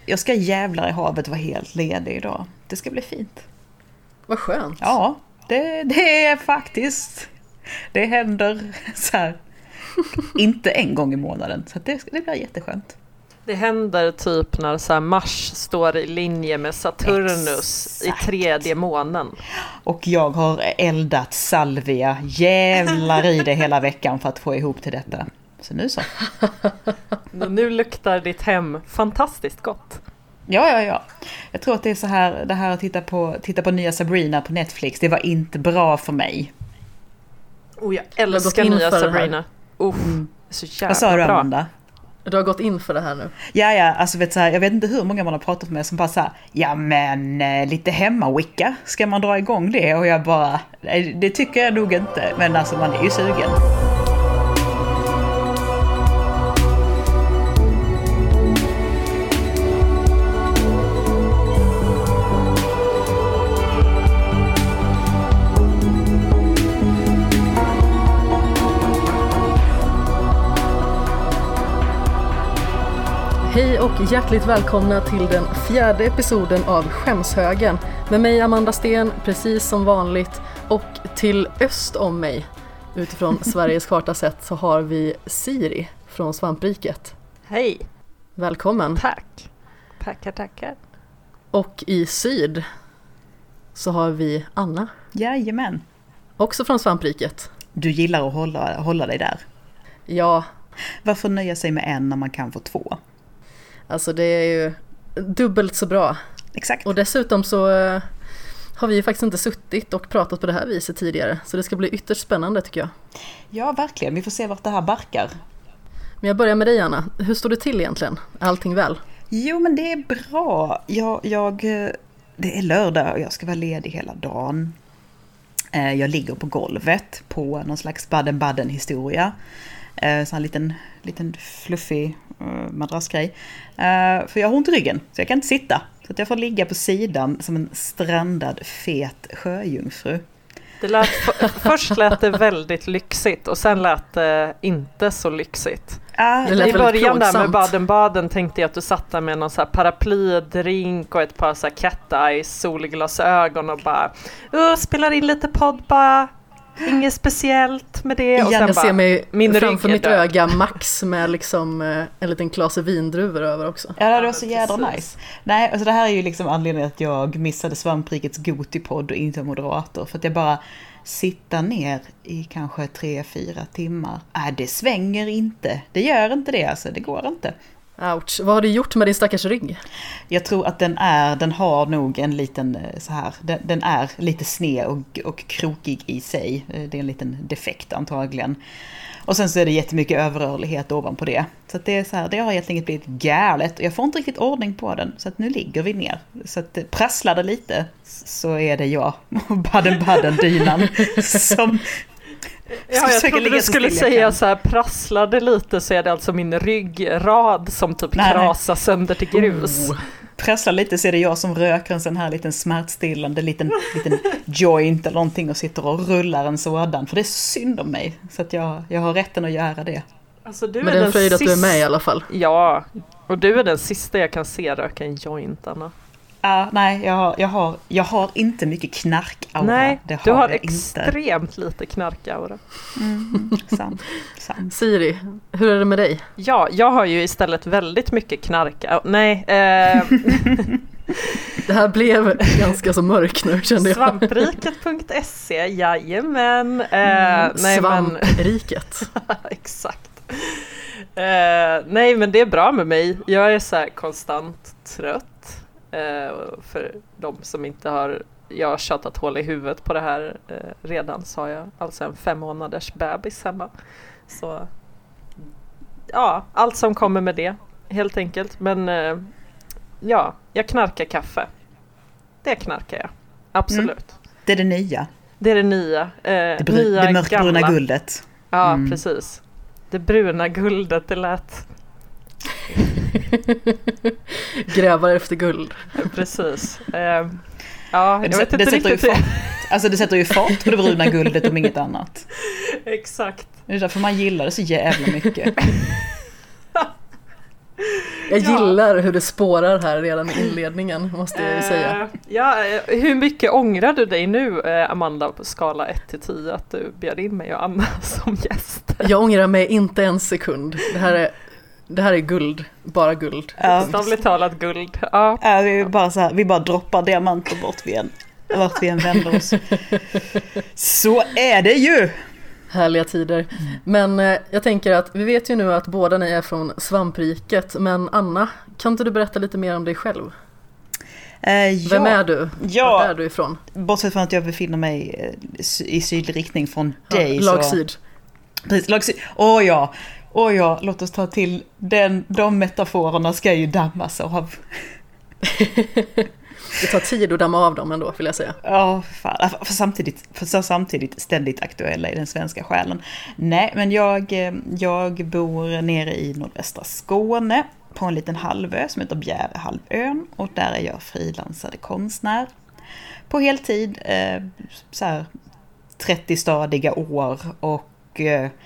Jag ska jävlar i havet vara helt ledig idag. Det ska bli fint. Vad skönt. Ja, det är faktiskt... Det händer så här... inte en gång i månaden. Så det blir jätteskönt. Det händer typ när så här Mars står i linje med Saturnus. Exakt. I 3:e månen. Och jag har eldat salvia jävlar i det hela veckan för att få ihop till detta. Så nu så. Nu luktar ditt hem fantastiskt gott. Ja. Jag tror att det är så här, det här att titta på nya Sabrina på Netflix, det var inte bra för mig. Jag älskar nya Sabrina. Så jävla vad sa du, bra. Amanda? Du har gått in för det här nu. Ja, alltså vet så här, jag vet inte hur många man har pratat med som bara så här, ja men lite hemma-wicca, ska man dra igång det? Och jag bara, det tycker jag nog inte, men alltså man är ju sugen. Hej och hjärtligt välkomna till den 4:e episoden av Skämshögen. Med mig Amanda Sten, precis som vanligt. Och till öst om mig, utifrån Sveriges karta sett, så har vi Siri från Svampriket. Hej! Välkommen. Tack. Tackar. Och i syd så har vi Anna. Jajamän. Också från Svampriket. Du gillar att hålla dig där. Ja. Varför nöja sig med en när man kan få 2? Alltså det är ju dubbelt så bra. Exakt. Och dessutom så har vi ju faktiskt inte suttit och pratat på det här viset tidigare. Så det ska bli ytterst spännande tycker jag. Ja, verkligen. Vi får se vart det här barkar. Men jag börjar med dig, Anna. Hur står det till egentligen? Är allting väl? Jo, men det är bra. Det är lördag och jag ska vara ledig hela dagen. Jag ligger på golvet på någon slags Baden-Baden-historia. Så en liten fluffig madrassgrej. För jag har ont i ryggen, så jag kan inte sitta. Så att jag får ligga på sidan som en strandad, fet sjöjungfru. Först lät det väldigt lyxigt och sen lät det inte så lyxigt. I början där med Baden-Baden tänkte jag att du satt där med någon så här paraplydrink och ett par så här cat eyes solglasögon och bara spelar in lite podd bara. Inget speciellt med det. Och jag ser mig framför mitt död. öga Max med liksom en liten klase vindruvor över också. Ja, det var så jädra nice. Nej, alltså det här är ju liksom anledningen att jag missade Svamprikets Gotipodd och inte moderator. För att jag bara sitter ner i kanske 3-4 timmar. Det svänger inte. Det gör inte det alltså, det går inte. Ouch. Vad har du gjort med din stackars rygg? Jag tror att den har nog en liten så här, den är lite sned och krokig i sig. Det är en liten defekt antagligen. Och sen så är det jättemycket överrörlighet ovanpå det. Så att det är så här, det har egentligen blivit galet. Och jag får inte riktigt ordning på den. Så att nu ligger vi ner. Så att prasslar det lite så är det jag och Baden-Baden-dynan som... Ja, jag trodde du skulle säga så här, prasslade lite så är det alltså min ryggrad som typ krasar sönder till grus. Prasslar lite så är det jag som röker en sån här liten smärtstillande liten joint eller någonting och sitter och rullar en sådan. För det är synd om mig. Så att jag har rätten att göra det. Alltså, men det är en fröjd att du är med i alla fall. Ja, och du är den sista jag kan se röka en joint, Anna. Nej, jag har inte mycket knarkaura. Nej, du har extremt inte. lite knarkaura. Sant. Siri, hur är det med dig? Ja, jag har ju istället väldigt mycket knarkaura. Nej, det här blev ganska så mörk nu, kände jag. Svampriket.se, jajamän. Svampriket. Exakt. Nej, men det är bra med mig. Jag är så här konstant trött. För de som inte har tjatat hål i huvudet på det här redan, så har jag alltså en 5 månaders bebis hemma. Så ja, allt som kommer med det helt enkelt. Men jag knarkar kaffe. Det knarkar jag, absolut. Det är det nya. Det är det nya. Det mörkbruna guldet. Ja, precis. Det bruna guldet, det lät... Grävar efter guld. Precis. Jag vet inte riktigt. Det sätter ju fart på det bruna guldet om inget annat. Exakt. Det är därför man gillar det så jävla mycket. Jag gillar hur det spårar här redan i inledningen, måste jag säga. Hur mycket ångrar du dig nu, Amanda, på skala 1-10 att du bjöd in mig och Anna som gäst? Jag ångrar mig inte en sekund. Det här är guld, bara guld. Bokstavligt talat guld. Ja. Vi bara droppar diamanter vart vi än vänder oss. Så är det ju! Härliga tider. Men jag tänker att vi vet ju nu att båda ni är från svampriket. Men Anna, kan inte du berätta lite mer om dig själv? Vem är du? Vart är du ifrån? Bortsett från att jag befinner mig i sydlig riktning från dig. Lag syd. Precis, lag syd. Åh ja, låt oss ta till de metaforerna ska ju dammas av. Det tar tid att damma av dem ändå, vill jag säga. Ja, för samtidigt ständigt aktuella i den svenska själen. Nej, men jag bor nere i nordvästra Skåne på en liten halvö som heter Bjärehalvön, och där är jag frilansade konstnär på heltid, så här 30 stadiga år, och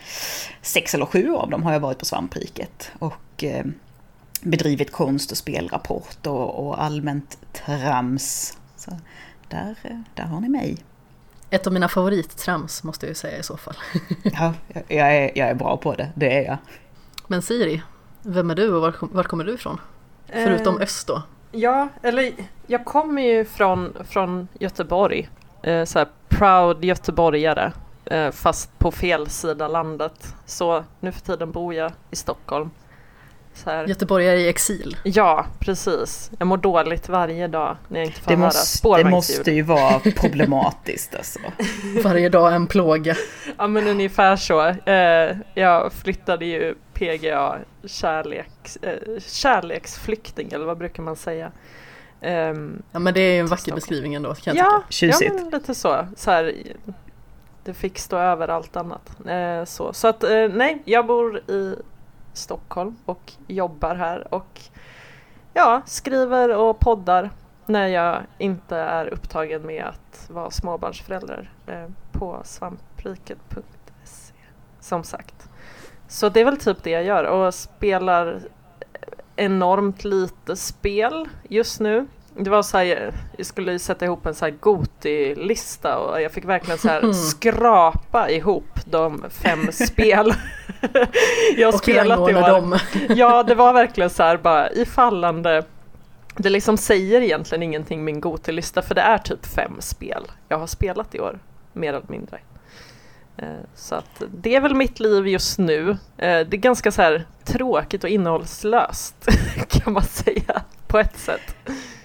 6 eller 7 av dem har jag varit på svampriket och bedrivit konst- och spelrapport och allmänt trams. Så där har ni mig. Ett av mina favorittrams måste jag ju säga i så fall. Ja, jag är bra på det. Det är jag. Men Siri, vem är du och var kommer du ifrån? Förutom öst då. Ja, eller jag kommer ju från Göteborg. Så här proud göteborgare. Fast på fel sida landet. Så nu för tiden bor jag i Stockholm. Så här. Göteborgare i exil. Ja, precis. Jag mår dåligt varje dag när jag inte får höra spårvagnsljud. Det måste ju vara problematiskt alltså. Varje dag en plåga. Ja, men ungefär så. Jag flyttade ju PGA kärleksflykting, eller vad brukar man säga? Ja, men det är ju en vacker beskrivning ändå, kan jag tycka. Ja, men lite så här, det fick stå över allt annat. Så att nej, jag bor i Stockholm och jobbar här och skriver och poddar när jag inte är upptagen med att vara småbarnsförälder på svampriket.se, som sagt. Så det är väl typ det jag gör, och spelar enormt lite spel just nu. Det var så här, jag skulle sätta ihop en så här Goti-lista och jag fick verkligen så här skrapa ihop de 5 spel jag har spelat i år. Ja, det var verkligen så här bara i fallande. Det liksom säger egentligen ingenting min Goti-lista, för det är typ 5 spel jag har spelat i år, mer eller mindre. Så att det är väl mitt liv just nu. Det är ganska så här tråkigt och innehållslöst kan man säga på ett sätt.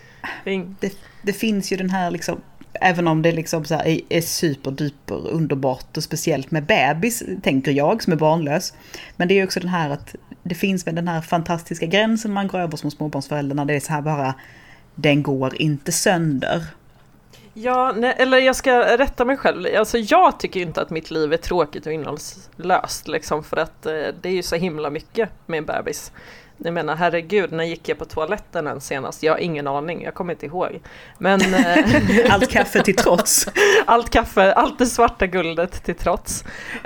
Det finns ju den här liksom, även om det liksom så här är superduper underbart och speciellt med bebis, tänker jag som är barnlös, men det är ju också den här att det finns väl den här fantastiska gränsen man går över som småbarnsföräldrarna, det är så här bara, den går inte sönder. Ja, nej, eller jag ska rätta mig själv. Alltså jag tycker inte att mitt liv är tråkigt och innehållslöst liksom, för att det är ju så himla mycket med en bebis. Jag menar, herregud, när gick jag på toaletten än senast? Jag har ingen aning, jag kommer inte ihåg. Men allt kaffe till trots. Allt kaffe, allt det svarta guldet till trots.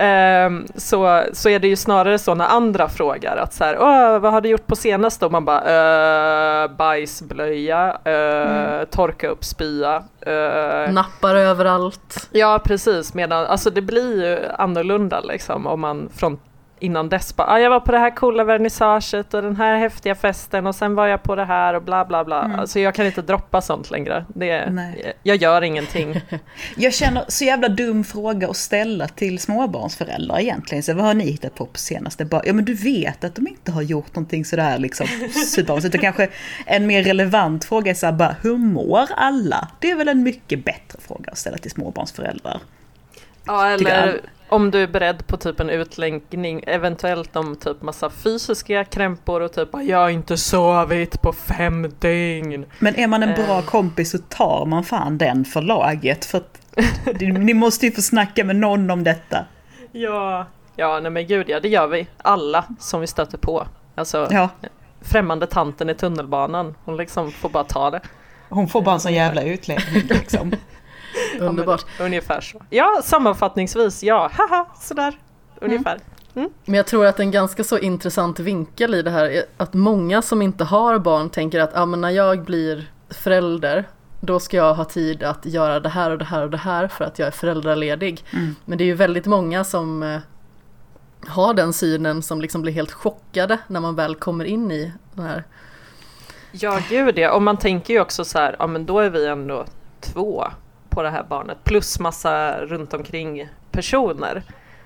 Så är det ju snarare så när andra frågar att så här, vad har du gjort på senaste? Och man bara, bajsblöja, torka upp spya. Nappar överallt. Ja, precis. Medan, alltså det blir ju annorlunda liksom om man från innan dess bara, jag var på det här coola vernissaget och den här häftiga festen och sen var jag på det här och bla bla bla. Alltså jag kan inte droppa sånt längre. Jag gör ingenting. Jag känner så jävla dum fråga att ställa till småbarnsföräldrar egentligen. Så vad har ni hittat på senaste? Ja, men du vet att de inte har gjort någonting sådär liksom superbarns. Utan kanske en mer relevant fråga är så här, bara, hur mår alla? Det är väl en mycket bättre fråga att ställa till småbarnsföräldrar. Ja, eller om du är beredd på typ en utläggning, eventuellt om typ massa fysiska krämpor och typ jag har inte sovit på 5 dygn. Men är man en bra kompis så tar man fan den för laget, för att ni måste ju få snacka med någon om detta. Ja, nej men gud, ja, det gör vi. Alla som vi stöter på. Alltså, främmande tanten i tunnelbanan, hon liksom får bara ta det. Hon får bara en sån jävla utläggning liksom. Underbart. Ja, ungefär så. Ja, sammanfattningsvis, haha, sådär, ungefär. Men jag tror att en ganska så intressant vinkel i det här är att många som inte har barn tänker att men när jag blir förälder, då ska jag ha tid att göra det här och det här och det här för att jag är föräldraledig. Men det är ju väldigt många som har den synen som liksom blir helt chockade när man väl kommer in i den här. Ja, gud det. Och man tänker ju också så här, men då är vi ändå 2 på det här barnet. Plus massa runt omkring personer.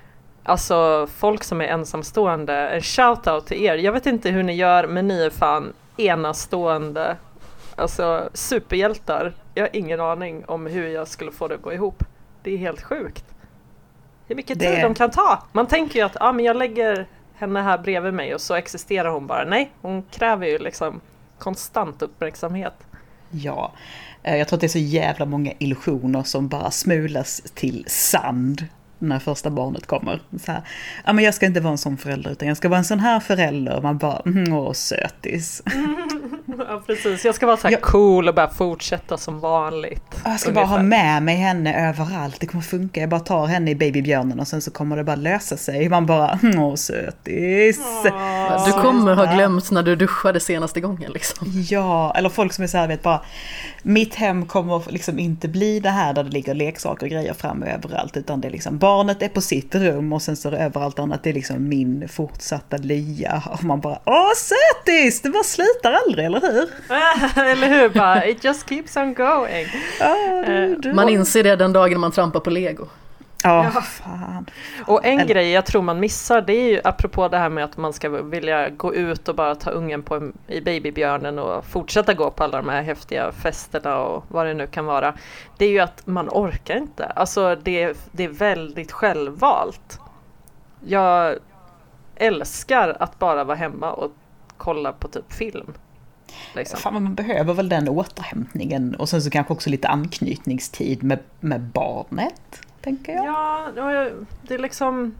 Alltså folk som är ensamstående. En shoutout till er. Jag vet inte hur ni gör, men ni är fan enastående. Alltså superhjältar. Jag har ingen aning om hur jag skulle få det att gå ihop. Det är helt sjukt. Hur mycket tid de kan ta. Man tänker ju att men jag lägger henne här bredvid mig och så existerar hon bara. Nej, hon kräver ju liksom konstant uppmärksamhet. Ja, jag tror att det är så jävla många illusioner som bara smulas till sand när första barnet kommer. Så här, men jag ska inte vara en sån förälder utan jag ska vara en sån här förälder. Man bara, sötis. Ja, precis. Jag ska vara så här cool och bara fortsätta som vanligt. Jag ska bara ha med mig henne överallt. Det kommer funka. Jag bara tar henne i babybjörnen och sen så kommer det bara lösa sig. Man bara, sötis. Du kommer ha glömt när du duschade senaste gången liksom. Ja, eller folk som är så här, vet bara, mitt hem kommer liksom inte bli det här där det ligger leksaker och grejer fram överallt, utan det är liksom, barnet är på sitt rum och sen så är det överallt annat, det är liksom min fortsatta lya. Och man bara, sötis! Det bara slutar aldrig, eller hur? Eller hur? Bara, it just keeps on going. Man inser det den dagen man trampar på Lego. Ja, fan. Och en grej jag tror man missar, det är ju apropå det här med att man ska vilja gå ut och bara ta ungen i babybjörnen och fortsätta gå på alla de här häftiga festerna och vad det nu kan vara. Det är ju att man orkar inte. Alltså det är väldigt självvalt. Jag älskar att bara vara hemma och kolla på typ film. Liksom. Fan, man behöver väl den återhämtningen och sen så kanske också lite anknytningstid med barnet, tänker jag. Ja, det är liksom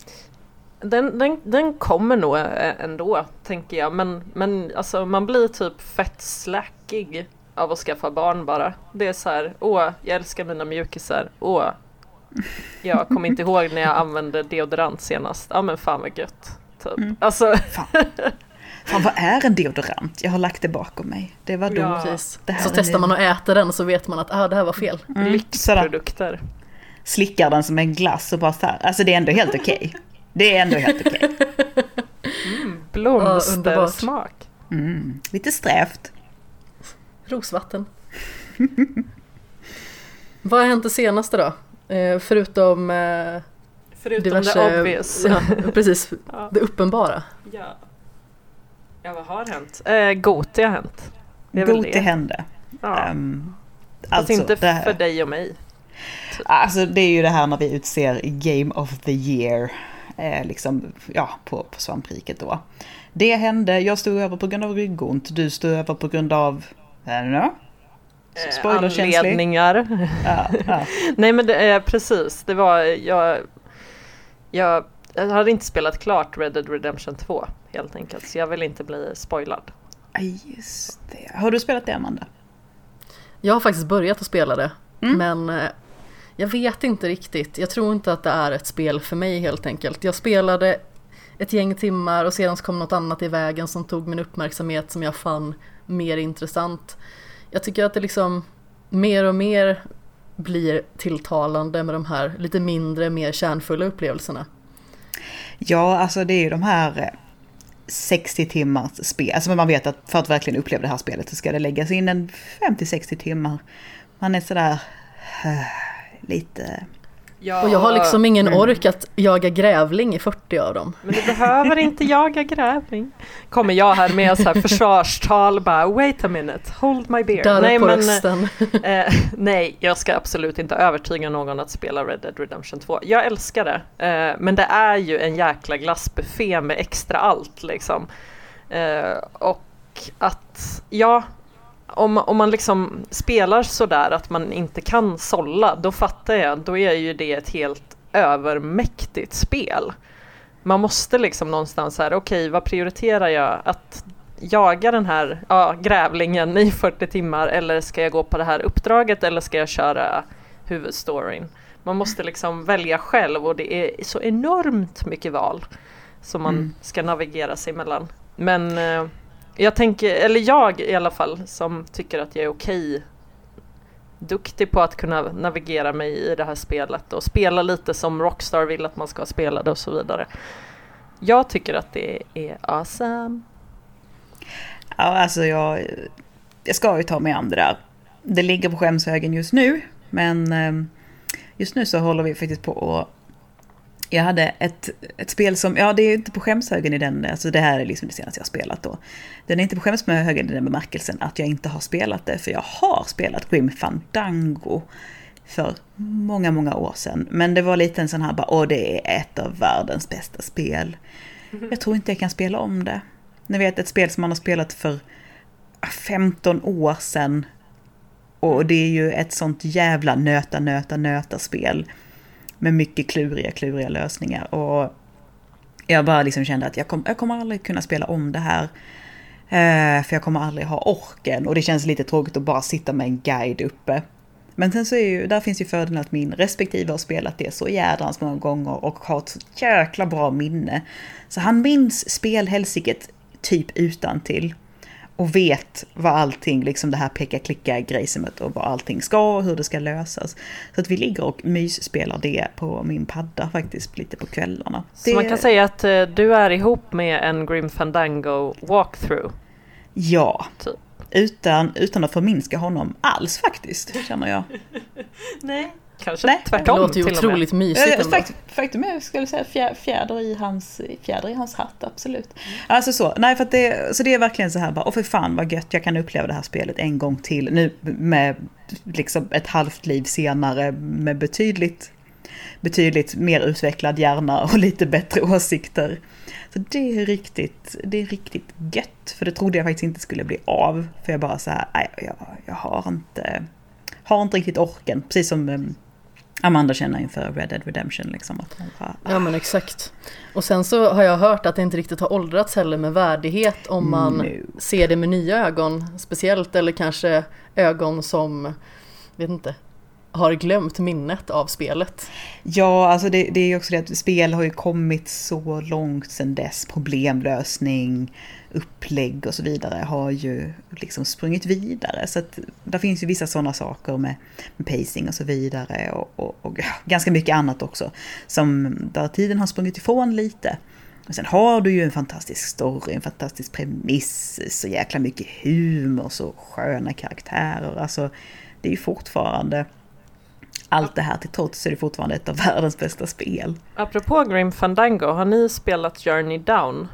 den kommer nog ändå, tänker jag, men alltså man blir typ fett slackig av att skaffa barn bara. Det är så här, jag älskar mina mjukisar. Jag kommer inte ihåg när jag använde deodorant senast. Ja, men fan vad gött. Typ. Alltså Fan, vad är en deodorant? Jag har lagt det bakom mig. Det var dumt. Ja. Så testar man att äta den så vet man att det här var fel. Lyxprodukter. Slickar den som en glass och bara så här. Alltså det är ändå helt okej. Det är ändå helt okej. Blomstersmak. Lite strävt. Rosvatten. Vad har hänt det senaste då? Förutom diverse, det obvious. Ja, precis, det uppenbara. Ja, vad har hänt? Goti har hänt. Goti hände. Ja. Alltså, inte för dig och mig. Typ. Alltså det är ju det här när vi utser Game of the Year liksom, på svampriket då. Det hände, jag stod över på grund av ryggont, du stod över på grund av anledningar. Ja. Nej, men det är precis, det var jag hade inte spelat klart Red Dead Redemption 2 helt enkelt, så jag vill inte bli spoilad. Just det. Har du spelat det, Amanda? Jag har faktiskt börjat att spela det, men jag vet inte riktigt. Jag tror inte att det är ett spel för mig helt enkelt. Jag spelade ett gäng timmar och sedan kom något annat i vägen som tog min uppmärksamhet som jag fann mer intressant. Jag tycker att det liksom mer och mer blir tilltalande med de här lite mindre, mer kärnfulla upplevelserna. Ja, alltså det är ju de här 60 timmars spel. Alltså man vet att för att verkligen uppleva det här spelet så ska det läggas in en 50-60 timmar. Man är sådär lite... Ja. Och jag har liksom ingen ork att jaga grävling i 40 av dem. Men du behöver inte jaga grävling. Kommer jag här med så här försvarstal bara, wait a minute, hold my beer. Nej, jag ska absolut inte övertyga någon att spela Red Dead Redemption 2. Jag älskar det. Men det är ju en jäkla glassbuffé med extra allt liksom. Och att, om man liksom spelar så där att man inte kan sålla, då fattar jag, då är ju det ett helt övermäktigt spel. Man måste liksom någonstans här, okej, vad prioriterar jag? Att jaga den här grävlingen i 40 timmar, eller ska jag gå på det här uppdraget, eller ska jag köra huvudstoryn? Man måste liksom välja själv och det är så enormt mycket val som man ska navigera sig mellan. Men jag i alla fall, som tycker att jag är duktig på att kunna navigera mig i det här spelet och spela lite som Rockstar vill att man ska spela det och så vidare. Jag tycker att det är awesome. Ja, alltså jag ska ju ta mig an det där. Det ligger på skämshögen just nu, men just nu så håller vi faktiskt på och jag hade ett spel som, det är inte på skämshögen i den, alltså det här är liksom det senaste jag har spelat då. Den är inte på skämshögen i den bemärkelsen att jag inte har spelat det, för jag har spelat Grim Fandango för många, många år sedan. Men det var lite en sån här, det är ett av världens bästa spel. Jag tror inte jag kan spela om det. Ni vet, ett spel som man har spelat för 15 år sedan. Och det är ju ett sånt jävla nöta spel. Med mycket kluriga lösningar. Och jag bara liksom kände att jag kommer aldrig kunna spela om det här. För jag kommer aldrig ha orken. Och det känns lite tråkigt att bara sitta med en guide uppe. Men sen så där finns ju fördelen att min respektive har spelat det så jädrans många gånger och har ett så jäkla bra minne. Så han minns spelhälsiket typ utantill och vet vad allting, liksom det här peka-klicka-grejsemet och vad allting ska och hur det ska lösas. Så att vi ligger och mysspelar det på min padda faktiskt lite på kvällarna. Så man kan säga att du är ihop med en Grim Fandango walkthrough? Ja. Typ. Utan att förminska honom alls faktiskt, känner jag. Nej, kanske tvärtom. Det låter ju otroligt mysigt ändå. Faktum är, jag skulle säga fjäder i hans hatt, absolut. Alltså så, nej, för att det är verkligen så här bara, för fan vad gött, jag kan uppleva det här spelet en gång till. Nu med liksom ett halvt liv senare med betydligt mer utvecklad hjärna och lite bättre åsikter. Så det är riktigt gött. För det trodde jag faktiskt inte skulle bli av. För jag bara så här, jag har inte riktigt orken. Precis som Amanda känner inför Red Dead Redemption. Liksom, att hon bara, Ja, men exakt. Och sen så har jag hört att det inte riktigt har åldrats heller med värdighet om man ser det med nya ögon. Speciellt, eller kanske ögon som, vet inte, har glömt minnet av spelet. Ja, alltså det är ju också det att spel har ju kommit så långt sedan dess. Problemlösning, upplägg och så vidare har ju liksom sprungit vidare. Så att det finns ju vissa sådana saker med pacing och så vidare och ganska mycket annat också som där tiden har sprungit ifrån lite. Och sen har du ju en fantastisk story, en fantastisk premiss, så jäkla mycket humor, så sköna karaktärer. Alltså det är ju fortfarande, allt det här till trots, är det fortfarande ett av världens bästa spel. Apropå Grim Fandango, har ni spelat Journey Down?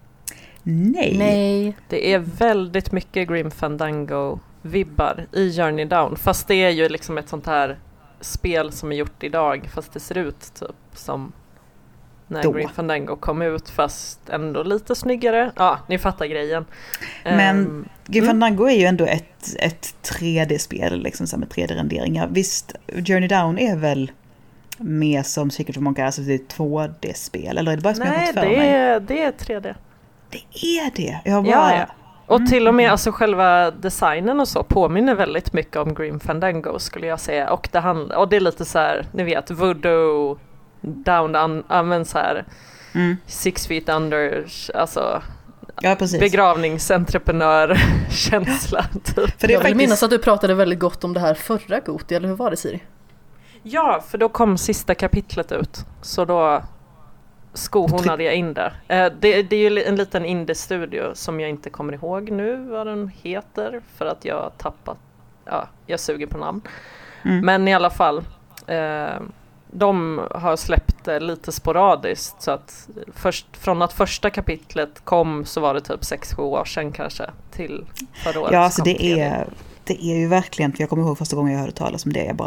Nej. Det är väldigt mycket Grim Fandango-vibbar i Journey Down. Fast det är ju liksom ett sånt här spel som är gjort idag. Fast det ser ut typ som när Grim Fandango kom ut, fast ändå lite snyggare. Ja, ni fattar grejen. Men Grim Fandango är ju ändå ett 3D-spel liksom, med 3D-renderingar. Visst, Journey Down är väl mer som Secret of Monkey, alltså det är 2D-spel, eller är det bara som jag har fått för mig? Nej, det är 3D. Det är det? Jag bara... Ja. Och till och med alltså själva designen och så påminner väldigt mycket om Grim Fandango, skulle jag säga. Och det är lite så här, ni vet, voodoo, men så här 6 feet under, alltså begravningsentreprenör-känsla typ. För jag vill minnas att du pratade väldigt gott om det här förra Goti, eller hur var det, Siri? Ja, för då kom sista kapitlet ut, så då skohornade jag in där. Det är ju en liten indie-studio som jag inte kommer ihåg nu vad den heter, för att jag har tappat, jag suger på namn. Men i alla fall, de har släppt det lite sporadiskt, så att från att första kapitlet kom så var det typ 6-7 år sedan kanske till förra året. Ja, alltså det är ju verkligen, för jag kommer ihåg första gången jag hörde talas om det,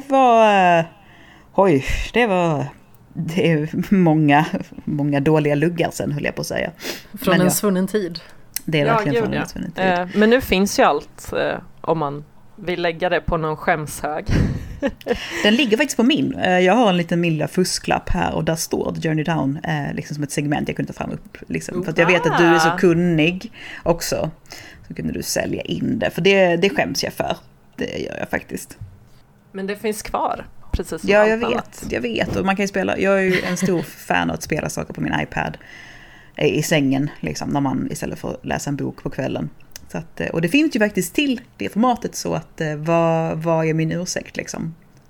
det är många dåliga luggar sen, höll jag på att säga. Från en svunnen tid. Det är verkligen från en svunnen tid. Men nu finns ju allt om man vill lägga det på någon skämshög. Den ligger faktiskt på min. Jag har en liten fusklapp här och där står Journey Down liksom som ett segment jag kunde ta fram upp. Liksom, för att jag vet att du är så kunnig också. Så kunde du sälja in det. För det skäms jag för. Det gör jag faktiskt. Men det finns kvar. precis som Ja, allt annat. jag vet. Och man kan ju spela, jag är ju en stor fan av att spela saker på min iPad i sängen, liksom, när man istället för att läsa en bok på kvällen. Så att, och det finns ju faktiskt till det formatet, så att vad är min ursäkt liksom?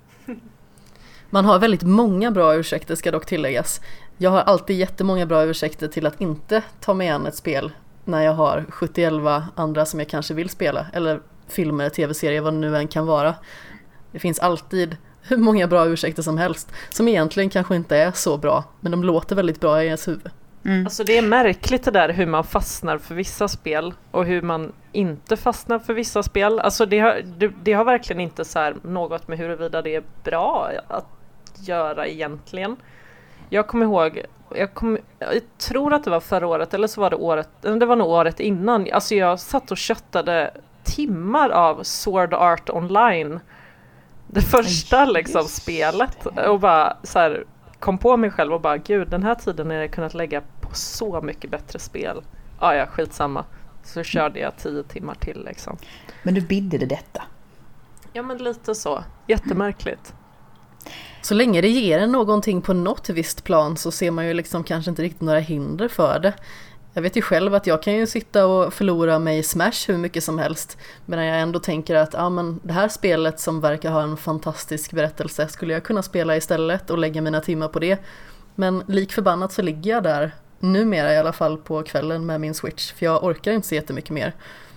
Man har väldigt många bra ursäkter, ska dock tilläggas. Jag har alltid jättemånga bra ursäkter till att inte ta mig an ett spel när jag har 71 andra som jag kanske vill spela, eller filmer, tv-serier, vad det nu än kan vara. Det finns alltid hur många bra ursäkter som helst, som egentligen kanske inte är så bra, men de låter väldigt bra i ens huvud. Alltså det är märkligt det där hur man fastnar för vissa spel och hur man inte fastnar för vissa spel. Alltså det har verkligen inte så här något med huruvida det är bra att göra egentligen. Jag kommer ihåg, jag tror att det var förra året, eller så var det var nog året innan. Alltså jag satt och köttade timmar av Sword Art Online. Det första liksom spelet, och bara så här kom på mig själv och bara, gud, den här tiden har jag kunnat lägga på så mycket bättre spel. Ja, skitsamma. Så körde jag 10 timmar till liksom. Men du bidde det detta? Ja, men lite så. Jättemärkligt. Så länge det ger en någonting på något visst plan så ser man ju liksom kanske inte riktigt några hinder för det. Jag vet ju själv att jag kan ju sitta och förlora mig i Smash hur mycket som helst, men jag ändå tänker att men det här spelet som verkar ha en fantastisk berättelse skulle jag kunna spela istället och lägga mina timmar på det. Men lik förbannat så ligger jag där, numera i alla fall på kvällen med min Switch, för jag orkar inte så jättemycket mer.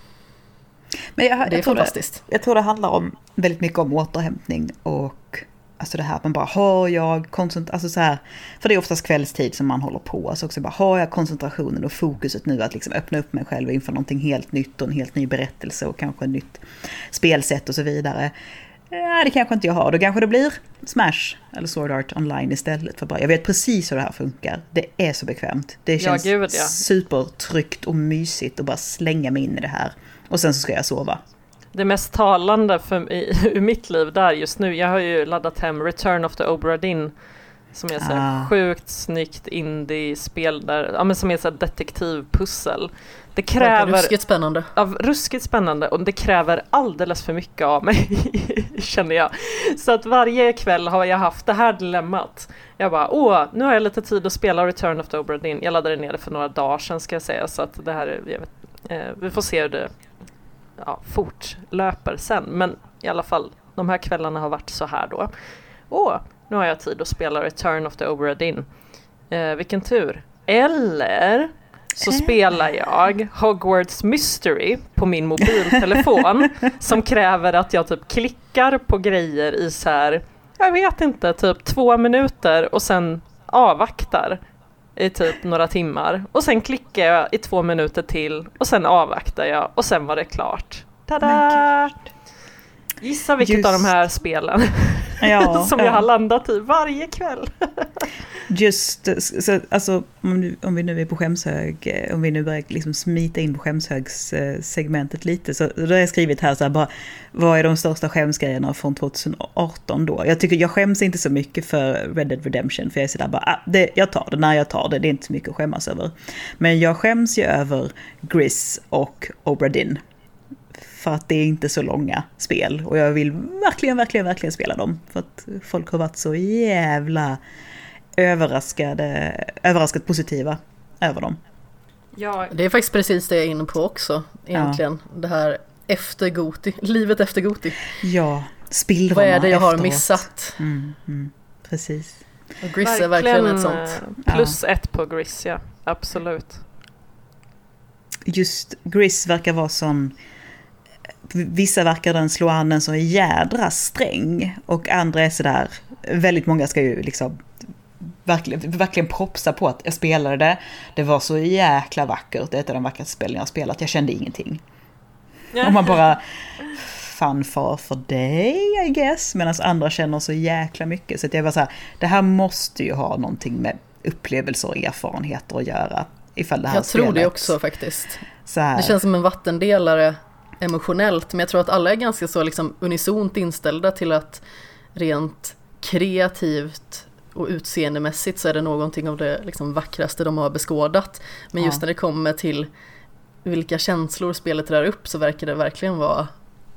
Men det är fantastiskt. Jag tror det handlar om väldigt mycket om återhämtning och alltså det här att man bara, har jag alltså så här, för det är oftast kvällstid som man håller på, alltså också bara, har jag koncentrationen och fokuset nu att liksom öppna upp mig själv inför någonting helt nytt och en helt ny berättelse och kanske ett nytt spelsätt och så vidare. Nej, det kanske inte jag har. Då kanske det blir Smash eller Sword Art Online istället för bara, jag vet precis hur det här funkar. Det är så bekvämt. Det känns supertryggt och mysigt att bara slänga mig in i det här. Och sen så ska jag sova. Det mest talande ur mitt liv där just nu, jag har ju laddat hem Return of the Obra Dinn, som är så sjukt snyggt indie-spel där, men som är så detektivpussel. Det kräver ruskigt spännande. Ruskigt spännande, och det kräver alldeles för mycket av mig känner jag. Så att varje kväll har jag haft det här dilemmat. Jag bara, nu har jag lite tid att spela Return of the Obra Dinn. Jag laddade ner det för några dagar sedan, ska jag säga, så att det här vi får se hur det fortlöper sen. Men i alla fall, de här kvällarna har varit så här då. Nu har jag tid att spela Return of the Obra Dinn. Vilken tur. Eller så spelar jag Hogwarts Mystery på min mobiltelefon som kräver att jag typ klickar på grejer i så här, jag vet inte, typ 2 minuter och sen avvaktar i typ några timmar. Och sen klickar jag i 2 minuter till och sen avvaktar jag och sen var det klart. Tada! Gissa vilket av de här spelen som jag har landat i varje kväll. Just, så, alltså om vi nu är på skämshög, om vi nu börjar liksom smita in på skämshögssegmentet lite, så då har jag skrivit här så här bara, vad är de största skämsgrejerna från 2018 då? Jag skäms inte så mycket för Red Dead Redemption, för jag är sådär bara, jag tar det när jag tar det, det är inte så mycket att skämmas över. Men jag skäms ju över Gris och Obra Dinn. För att det är inte så långa spel. Och jag vill verkligen spela dem. För att folk har varit så jävla överraskat positiva över dem. Ja. Det är faktiskt precis det jag är inne på också. Egentligen. Ja. Det här efter Goti. Livet efter Goti. Ja, spillrorna. Vad är det jag efteråt har missat? Precis. Och Gris är verkligen ett sånt. Plus 1 på Gris, ja. Absolut. Just Gris verkar vara sån... Vissa verkar den slå an en så jädra sträng, och andra är sådär, väldigt många ska ju liksom verkligen propsa på att jag spelade det var så jäkla vackert, det är ett av de vackraste spelen jag har spelat, jag kände ingenting. Och man bara, fan för dig, I guess, medan andra känner så jäkla mycket, så att jag var så här, det här måste ju ha någonting med upplevelser och erfarenheter att göra, ifall det här jag spelet. tror det också faktiskt. Så här. Det känns som en vattendelare emotionellt, men jag tror att alla är ganska så liksom unisont inställda till att rent kreativt och utseendemässigt så är det någonting av det liksom vackraste de har beskådat. Men just när det kommer till vilka känslor spelet rör upp så verkar det verkligen vara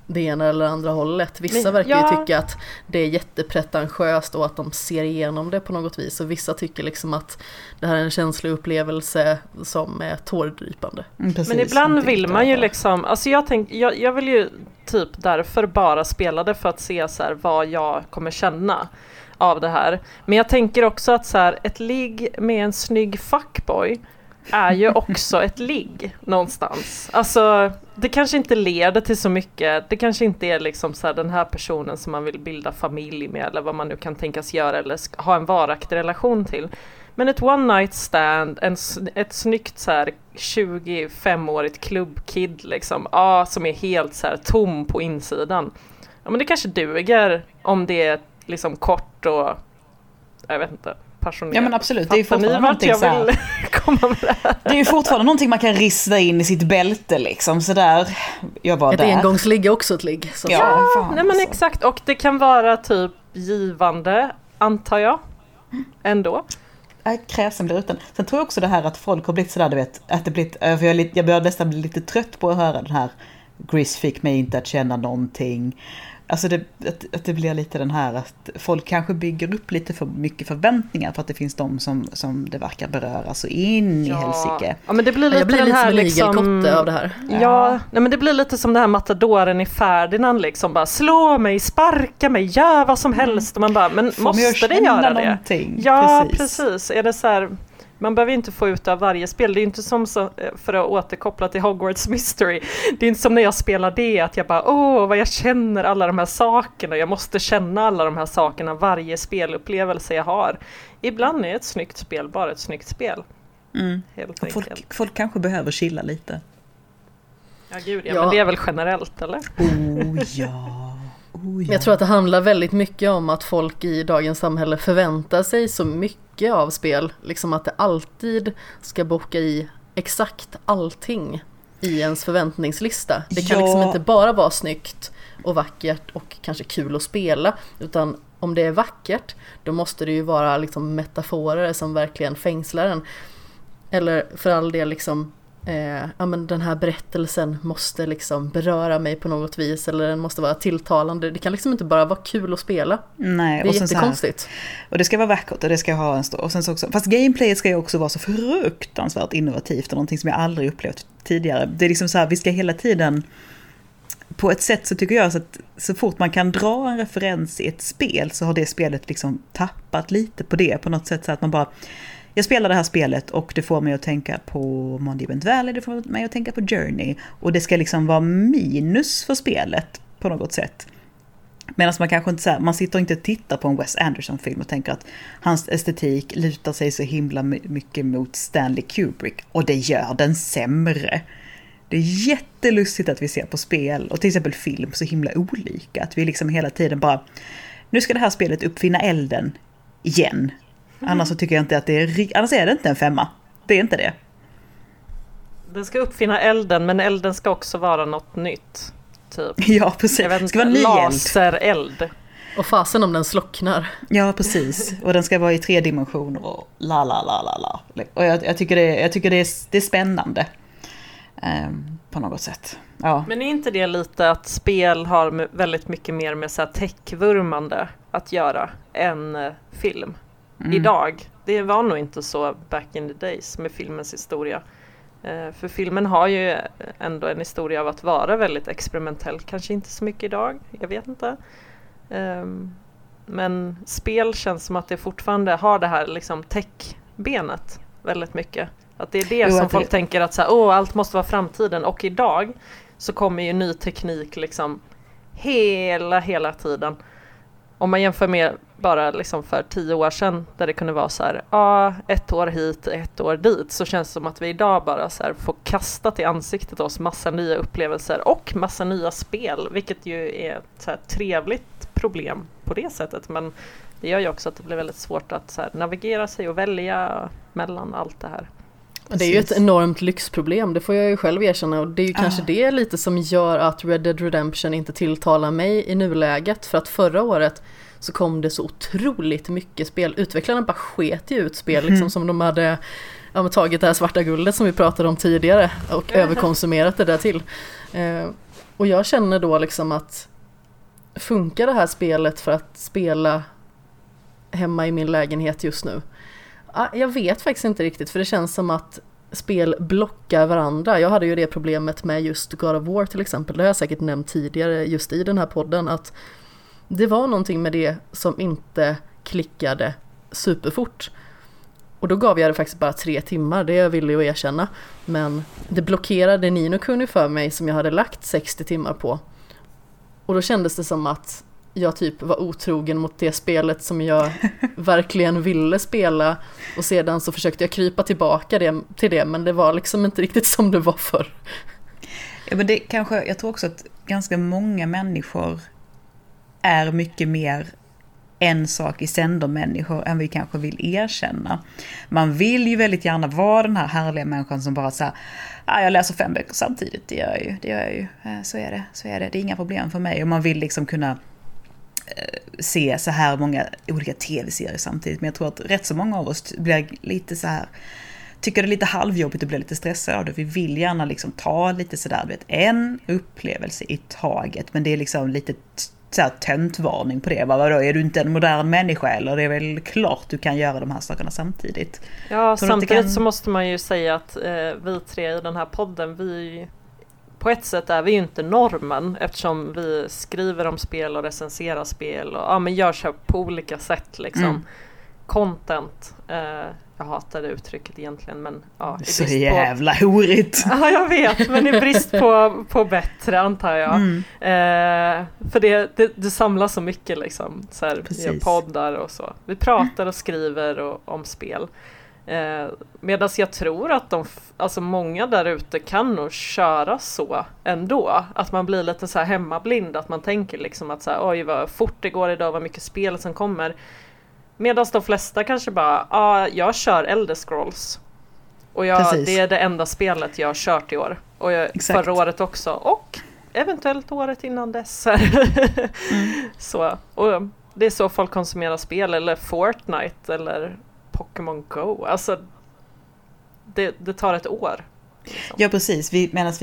det ena eller andra hållet. Vissa verkar ju tycka att det är jättepretentiöst och att de ser igenom det på något vis. Och vissa tycker liksom att det här är en känslig upplevelse som är tårdrypande. Men ibland vill man ju liksom, alltså jag vill ju typ därför bara spela det för att se så här vad jag kommer känna av det här. Men jag tänker också att så här, ett ligg med en snygg fuckboy är ju också ett ligg någonstans. Alltså det kanske inte leder till så mycket. Det kanske inte är liksom så här, den här personen som man vill bilda familj med eller vad man nu kan tänkas göra eller ha en varaktig relation till. Men ett one night stand, ett snyggt så här 25-årigt klubbkid liksom, som är helt så här tom på insidan. Ja, men det kanske duger om det är liksom kort och jag vet inte, passionerat. Ja men absolut, det är fortfarande någonting jag vill komma med det här. Det är ju fortfarande någonting man kan rista in i sitt bälte liksom, så där. Jag var ett där. engångsligg är också ett ligg. Så. Ja, nej men exakt, och det kan vara typ givande, antar jag, ändå. Kräsen blir utan. Sen tror jag också det här att folk har blivit sådär, du vet, att det blivit, för jag börjar nästan bli lite trött på att höra den här Gris fick mig inte att känna någonting. Alltså att det blir lite den här att folk kanske bygger upp lite för mycket förväntningar för att det finns de som det verkar beröra så in i helsike. Ja, men det blir lite den här liksom av det här. Ja, nej, men det blir lite som det här matadoren i Ferdinand liksom bara slå mig, sparka mig, gör vad som helst och man bara men måste det göra någonting? Det? Ja, precis. Är det så här, man behöver inte få ut av varje spel. Det är inte som så, för att återkoppla till Hogwarts Mystery. Det är inte som när jag spelar det att jag bara, vad jag känner alla de här sakerna. Jag måste känna alla de här sakerna varje spelupplevelse jag har. Ibland är ett snyggt spel bara ett snyggt spel. Helt enkelt. Folk kanske behöver chilla lite. Ja, gud, men det är väl generellt, eller? Ja. Jag tror att det handlar väldigt mycket om att folk i dagens samhälle förväntar sig så mycket av spel. Liksom att det alltid ska boka i exakt allting i ens förväntningslista. Det kan liksom inte bara vara snyggt och vackert och kanske kul att spela. Utan om det är vackert, då måste det ju vara liksom metaforer som verkligen fängslar en. Eller för all del liksom men den här berättelsen måste liksom beröra mig på något vis eller den måste vara tilltalande. Det kan liksom inte bara vara kul att spela. Nej, det är jättekonstigt. Och det ska vara vackert och det ska ha en stor. Och sen så också, fast gameplayet ska ju också vara så fruktansvärt innovativt och någonting som jag aldrig upplevt tidigare. Det är liksom så här, vi ska hela tiden på ett sätt så tycker jag så att så fort man kan dra en referens i ett spel så har det spelet liksom tappat lite på det på något sätt så att man bara jag spelar det här spelet och det får mig att tänka på Monument Valley, det får mig att tänka på Journey. Och det ska liksom vara minus för spelet på något sätt. Medan man kanske inte så här, man sitter inte och tittar på en Wes Anderson-film och tänker att hans estetik lutar sig så himla mycket mot Stanley Kubrick. Och det gör den sämre. Det är jättelustigt att vi ser på spel och till exempel film så himla olika. Att vi liksom hela tiden bara, nu ska det här spelet uppfinna elden igen. Annars så tycker jag inte att det är annars är det inte en 5. Det är inte det. Den ska uppfinna elden, men elden ska också vara något nytt. Typ. Ja, precis. Det ska vara en lasereld. Och fasen om den slocknar. Ja, precis. Och den ska vara i 3 dimensioner och la. Och jag tycker det är spännande. På något sätt. Ja. Men är inte det lite att spel har väldigt mycket mer med så här techvurmande att göra än film? Idag. Det var nog inte så back in the days med filmens historia. För filmen har ju ändå en historia av att vara väldigt experimentell. Kanske inte så mycket idag, jag vet inte. Men spel känns som att det fortfarande har det här liksom tech-benet väldigt mycket. Att det är det som folk tänker att så här, allt måste vara framtiden. Och idag så kommer ju ny teknik liksom hela tiden. Om man jämför med bara liksom för 10 år sedan där det kunde vara så här, 1 år hit, 1 år dit, så känns det som att vi idag bara så här får kastat i ansiktet oss massa nya upplevelser och massa nya spel, vilket ju är ett så här trevligt problem på det sättet, men det gör ju också att det blir väldigt svårt att så här navigera sig och välja mellan allt det här. Det är ju ett enormt lyxproblem, det får jag ju själv erkänna, och det är ju kanske det lite som gör att Red Dead Redemption inte tilltalar mig i nuläget, för att förra året så kom det så otroligt mycket spel. Utvecklarna bara sket ju ut spel liksom, som de hade tagit det här svarta guldet som vi pratade om tidigare och överkonsumerat det där till. Och jag känner då liksom att funkar det här spelet för att spela hemma i min lägenhet just nu? Jag vet faktiskt inte riktigt, för det känns som att spel blockar varandra. Jag hade ju det problemet med just God of War till exempel. Det har jag säkert nämnt tidigare just i den här podden, att det var någonting med det som inte klickade superfort. Och då gav jag det faktiskt bara 3 timmar, det är jag villig att erkänna. Men det blockerade Ni no Kuni för mig som jag hade lagt 60 timmar på. Och då kändes det som att jag typ var otrogen mot det spelet som jag verkligen ville spela. Och sedan så försökte jag krypa tillbaka till det, men det var liksom inte riktigt som det var förr. Ja, men det kanske, jag tror också att ganska många människor är mycket mer en sak i sänder-människor än vi kanske vill erkänna. Man vill ju väldigt gärna vara den här härliga människan som bara säger jag läser 5 böcker samtidigt, det gör jag ju. Så är det. Det är inga problem för mig. Och man vill liksom kunna se så här många olika tv-serier samtidigt. Men jag tror att rätt så många av oss blir lite så här, tycker det är lite halvjobbigt och blir lite stressade av det. Vi vill gärna liksom ta lite sådär, en upplevelse i taget. Men det är liksom lite så här töntvarning på det. Vadå, är du inte en modern människa eller? Det är väl klart du kan göra de här sakerna samtidigt. Ja, samtidigt så måste man ju säga att vi 3 i den här podden, på ett sätt är vi ju inte normen, eftersom vi skriver om spel och recenserar spel och men gör så på olika sätt liksom. Content. Jag hatar det uttrycket egentligen, men så jävla horigt. Ja, jag vet, men i brist på bättre antar jag. För det samlas så mycket liksom, så här, i poddar och så. Vi pratar och skriver om spel. Medan jag tror att alltså många där ute kan nog köra så ändå, att man blir lite så här hemmablind, att man tänker liksom att så här, oj vad fort det går idag, vad mycket spel som kommer, medan de flesta kanske bara jag kör Elder Scrolls och det är det enda spelet jag har kört i år och förra året också och eventuellt året innan dess. Så, och det är så folk konsumerar spel, eller Fortnite eller Pokémon Go. Alltså det tar ett år. Liksom. Ja, precis. Medan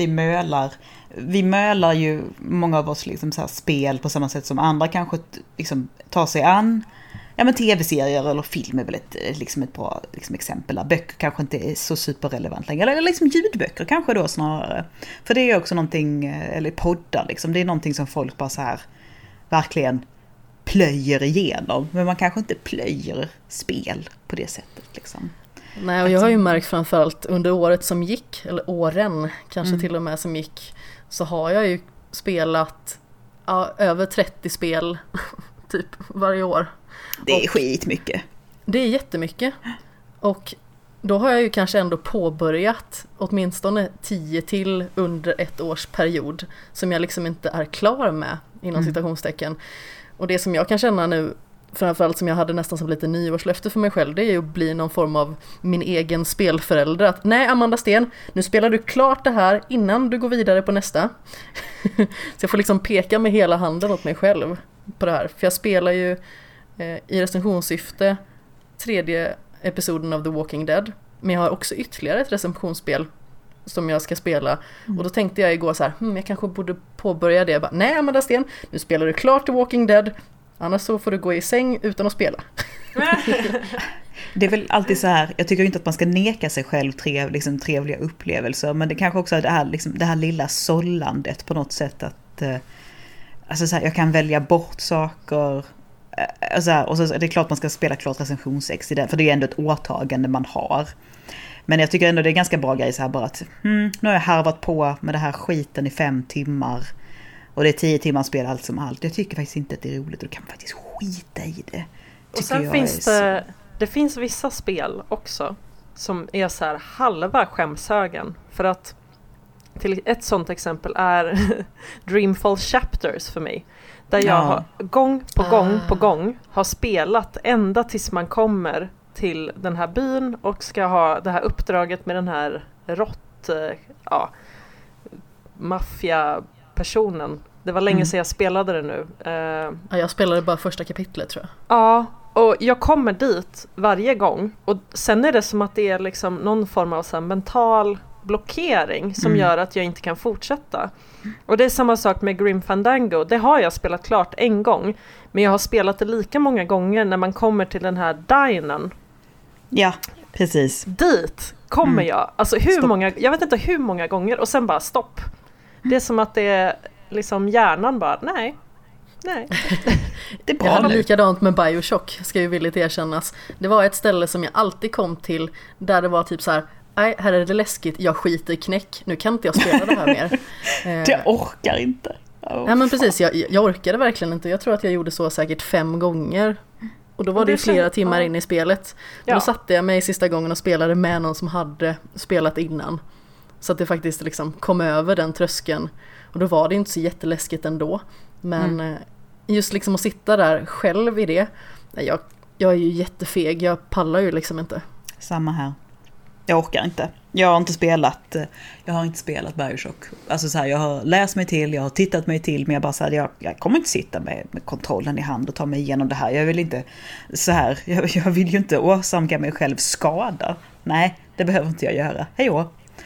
vi mölar ju många av oss liksom så här spel på samma sätt som andra kanske liksom tar sig an. Ja, men tv-serier eller film är väl ett bra liksom exempel. Böcker kanske inte är så superrelevant längre. Eller liksom ljudböcker kanske då snarare. För det är också någonting, eller poddar liksom. Det är någonting som folk bara så här verkligen plöjer igenom. Men man kanske inte plöjer spel på det sättet liksom. Nej, och jag har ju märkt framförallt under året som gick, eller åren kanske till och med som gick, så har jag ju spelat över 30 spel typ varje år. Det är skitmycket. Det är jättemycket. Och då har jag ju kanske ändå påbörjat åtminstone 10 till under ett års period som jag liksom inte är klar med inom citationstecken. Och det som jag kan känna nu, framförallt som jag hade nästan som lite nyårslöfte för mig själv, det är ju att bli någon form av min egen spelförälder. Att nej, Amanda Sten, nu spelar du klart det här innan du går vidare på nästa. Så jag får liksom peka med hela handen åt mig själv på det här. För jag spelar ju i recensionssyfte 3:e episoden av The Walking Dead. Men jag har också ytterligare ett recensionsspel som jag ska spela. Och då tänkte jag igår så här, jag kanske borde påbörja det. Jag bara, nej, Amanda Sten, nu spelar du klart The Walking Dead. Annars så får du gå i säng utan att spela. Det är väl alltid så här, jag tycker inte att man ska neka sig själv trevliga upplevelser. Men det kanske också är det här lilla sållandet på något sätt. Att alltså så här, jag kan välja bort saker. Och så är det klart man ska spela klart recensionsex i den, för det är ändå ett åtagande man har. Men jag tycker ändå det är ganska bra grej så här bara att nu har jag harvat på med det här skiten i 5 timmar och det är 10 timmar spel allt som allt. Jag tycker faktiskt inte att det är roligt och du kan faktiskt skita i det. Och sen finns det finns vissa spel också som är så här halva skämshögen, för att till ett sånt exempel är Dreamfall Chapters för mig. Där jag har gång på gång har spelat ända tills man kommer till den här byn och ska ha det här uppdraget med den här maffia-personen. Det var länge sedan jag spelade det nu. Jag spelade bara första kapitlet tror jag. Ja, och jag kommer dit varje gång. Och sen är det som att det är liksom någon form av så här mental blockering som gör att jag inte kan fortsätta. Och det är samma sak med Grim Fandango. Det har jag spelat klart en gång, men jag har spelat det lika många gånger när man kommer till den här dinen. Ja, precis. Dit kommer jag. Alltså jag vet inte hur många gånger, och sen bara stopp. Det är som att det är liksom hjärnan bara, nej. Det är bra. Jag hade likadant med BioShock, ska ju villigt erkännas. Det var ett ställe som jag alltid kom till där det var typ så här: nej, här är det läskigt, jag skiter i knäck, nu kan inte jag spela det här mer. Jag orkar inte. Nej, men precis, jag orkade verkligen inte. Jag tror att jag gjorde så säkert 5 gånger. Och då var det ju flera timmar in i spelet. Och då satte jag mig sista gången och spelade med någon som hade spelat innan. Så att det faktiskt liksom kom över den tröskeln. Och då var det inte så jätteläskigt ändå. Men just liksom att sitta där själv i det. Jag är ju jättefeg, jag pallar ju liksom inte. Samma här. Jag orkar inte. Jag har inte spelat BioShock. Alltså så här, jag har läst mig till, jag har tittat mig till, men jag bara så här, jag kommer inte sitta med kontrollen i hand och ta mig igenom det här. Jag vill inte så här, jag vill ju inte åsamka mig själv skada. Nej, det behöver inte jag göra. Hejdå.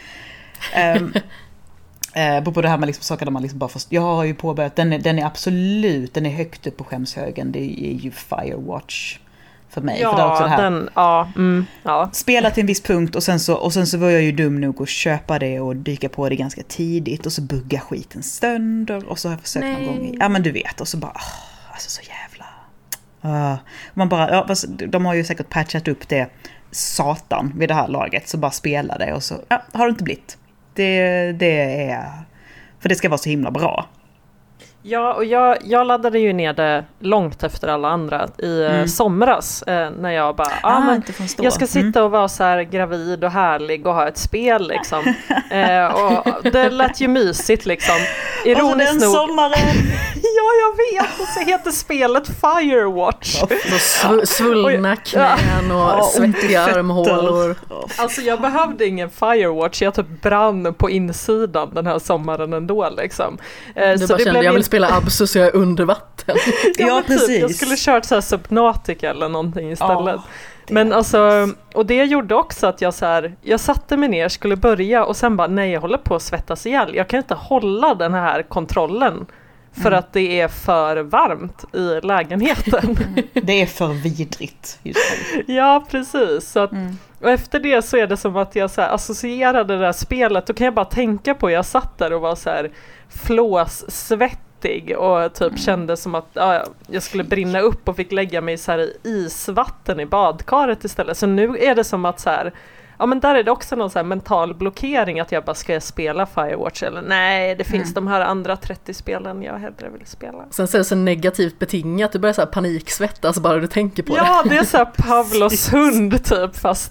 På det här med liksom saker där man liksom bara jag har ju påbörjat, den är högt upp på skämshögen. Det är ju Firewatch för mig. Ja, för det är också det här. Spela till en viss punkt och sen så var jag ju dum nog att köpa det och dyka på det ganska tidigt och så bugga skiten sönder och så har jag försökt någon gång. Ja, men du vet, och så bara alltså så jävla man bara de har ju säkert patchat upp det satan vid det här laget, så bara spela det och så har det inte blivit. Det är för det ska vara så himla bra. Ja, och jag laddade ju ner det långt efter alla andra i somras när jag bara, jag ska sitta och vara så här gravid och härlig och ha ett spel liksom. Och det lät ju mysigt liksom. Ironiskt nog. Sommaren. Ja, jag vet. Och så heter spelet Firewatch. Svullna knän och svettiga armhålor. Alltså jag behövde ingen Firewatch. Jag typ brann på insidan den här sommaren ändå liksom. Du bara kände, jag vill spela Absu så jag är under vatten. Ja, precis. Typ, jag skulle kört så här Subnautica eller någonting istället. Men alltså, och det gjorde också att jag satte mig ner, skulle börja och sen bara, nej, jag håller på att svettas ihjäl. Jag kan inte hålla den här kontrollen för att det är för varmt i lägenheten. Det är för vidrigt just nu. Ja, precis. Så att, och efter det så är det som att jag så här associerade det där spelet. Då kan jag bara tänka på, jag satt där och var så här flåssvettig och typ kände som att jag skulle brinna upp och fick lägga mig så här i isvatten i badkaret istället. Så nu är det som att så här, men där är det också någon så här mental blockering att jag bara, ska jag spela Firewatch eller nej, det finns de här andra 30 spelen jag hellre vill spela. Sen så är det så negativt betingat, du börjar så här paniksvettas bara du tänker på det. Ja, det är så här Pavlos hund typ, fast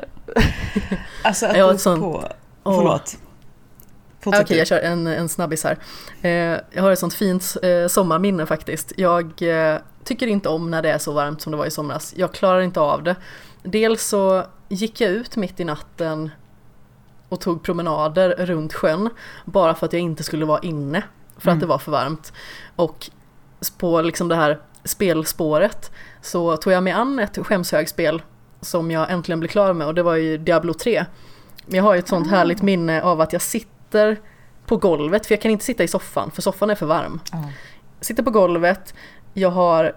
alltså att jag förlåt. Okej, jag kör en snabbis här. Jag har ett sånt fint sommarminne faktiskt. Jag tycker inte om när det är så varmt som det var i somras. Jag klarar inte av det. Dels så gick jag ut mitt i natten och tog promenader runt sjön bara för att jag inte skulle vara inne för att det var för varmt. Och på liksom det här spelspåret så tog jag mig an ett skämshögspel som jag äntligen blev klar med, och det var ju Diablo 3. Men jag har ju ett sånt härligt minne av att jag sitter på golvet, för jag kan inte sitta i soffan för soffan är för varm. Sitter på golvet, jag har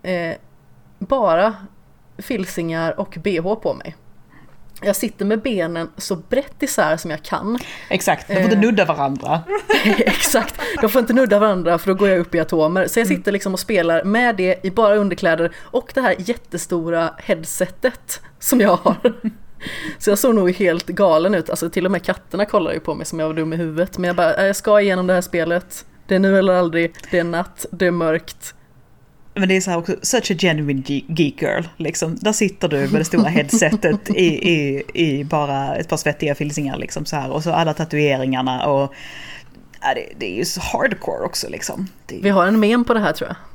bara filsingar och BH på mig. Jag sitter med benen så brett isär som jag kan. Exakt, de får inte nudda varandra. Exakt, de får inte nudda varandra för då går jag upp i atomer. Så jag sitter liksom och spelar med det i bara underkläder och det här jättestora headsetet som jag har. Så jag såg nog helt galen ut. Alltså till och med katterna kollar ju på mig som jag var dum i huvudet. Men jag bara, jag ska igenom det här spelet. Det är nu eller aldrig. Det är natt, det är mörkt. Men det är så här också, such a genuine geek girl liksom. Där sitter du med det stora headsetet i bara ett par svettiga filsingar liksom så här, och så alla tatueringarna och det är ju så hardcore också liksom. Vi har en mem på det här tror jag.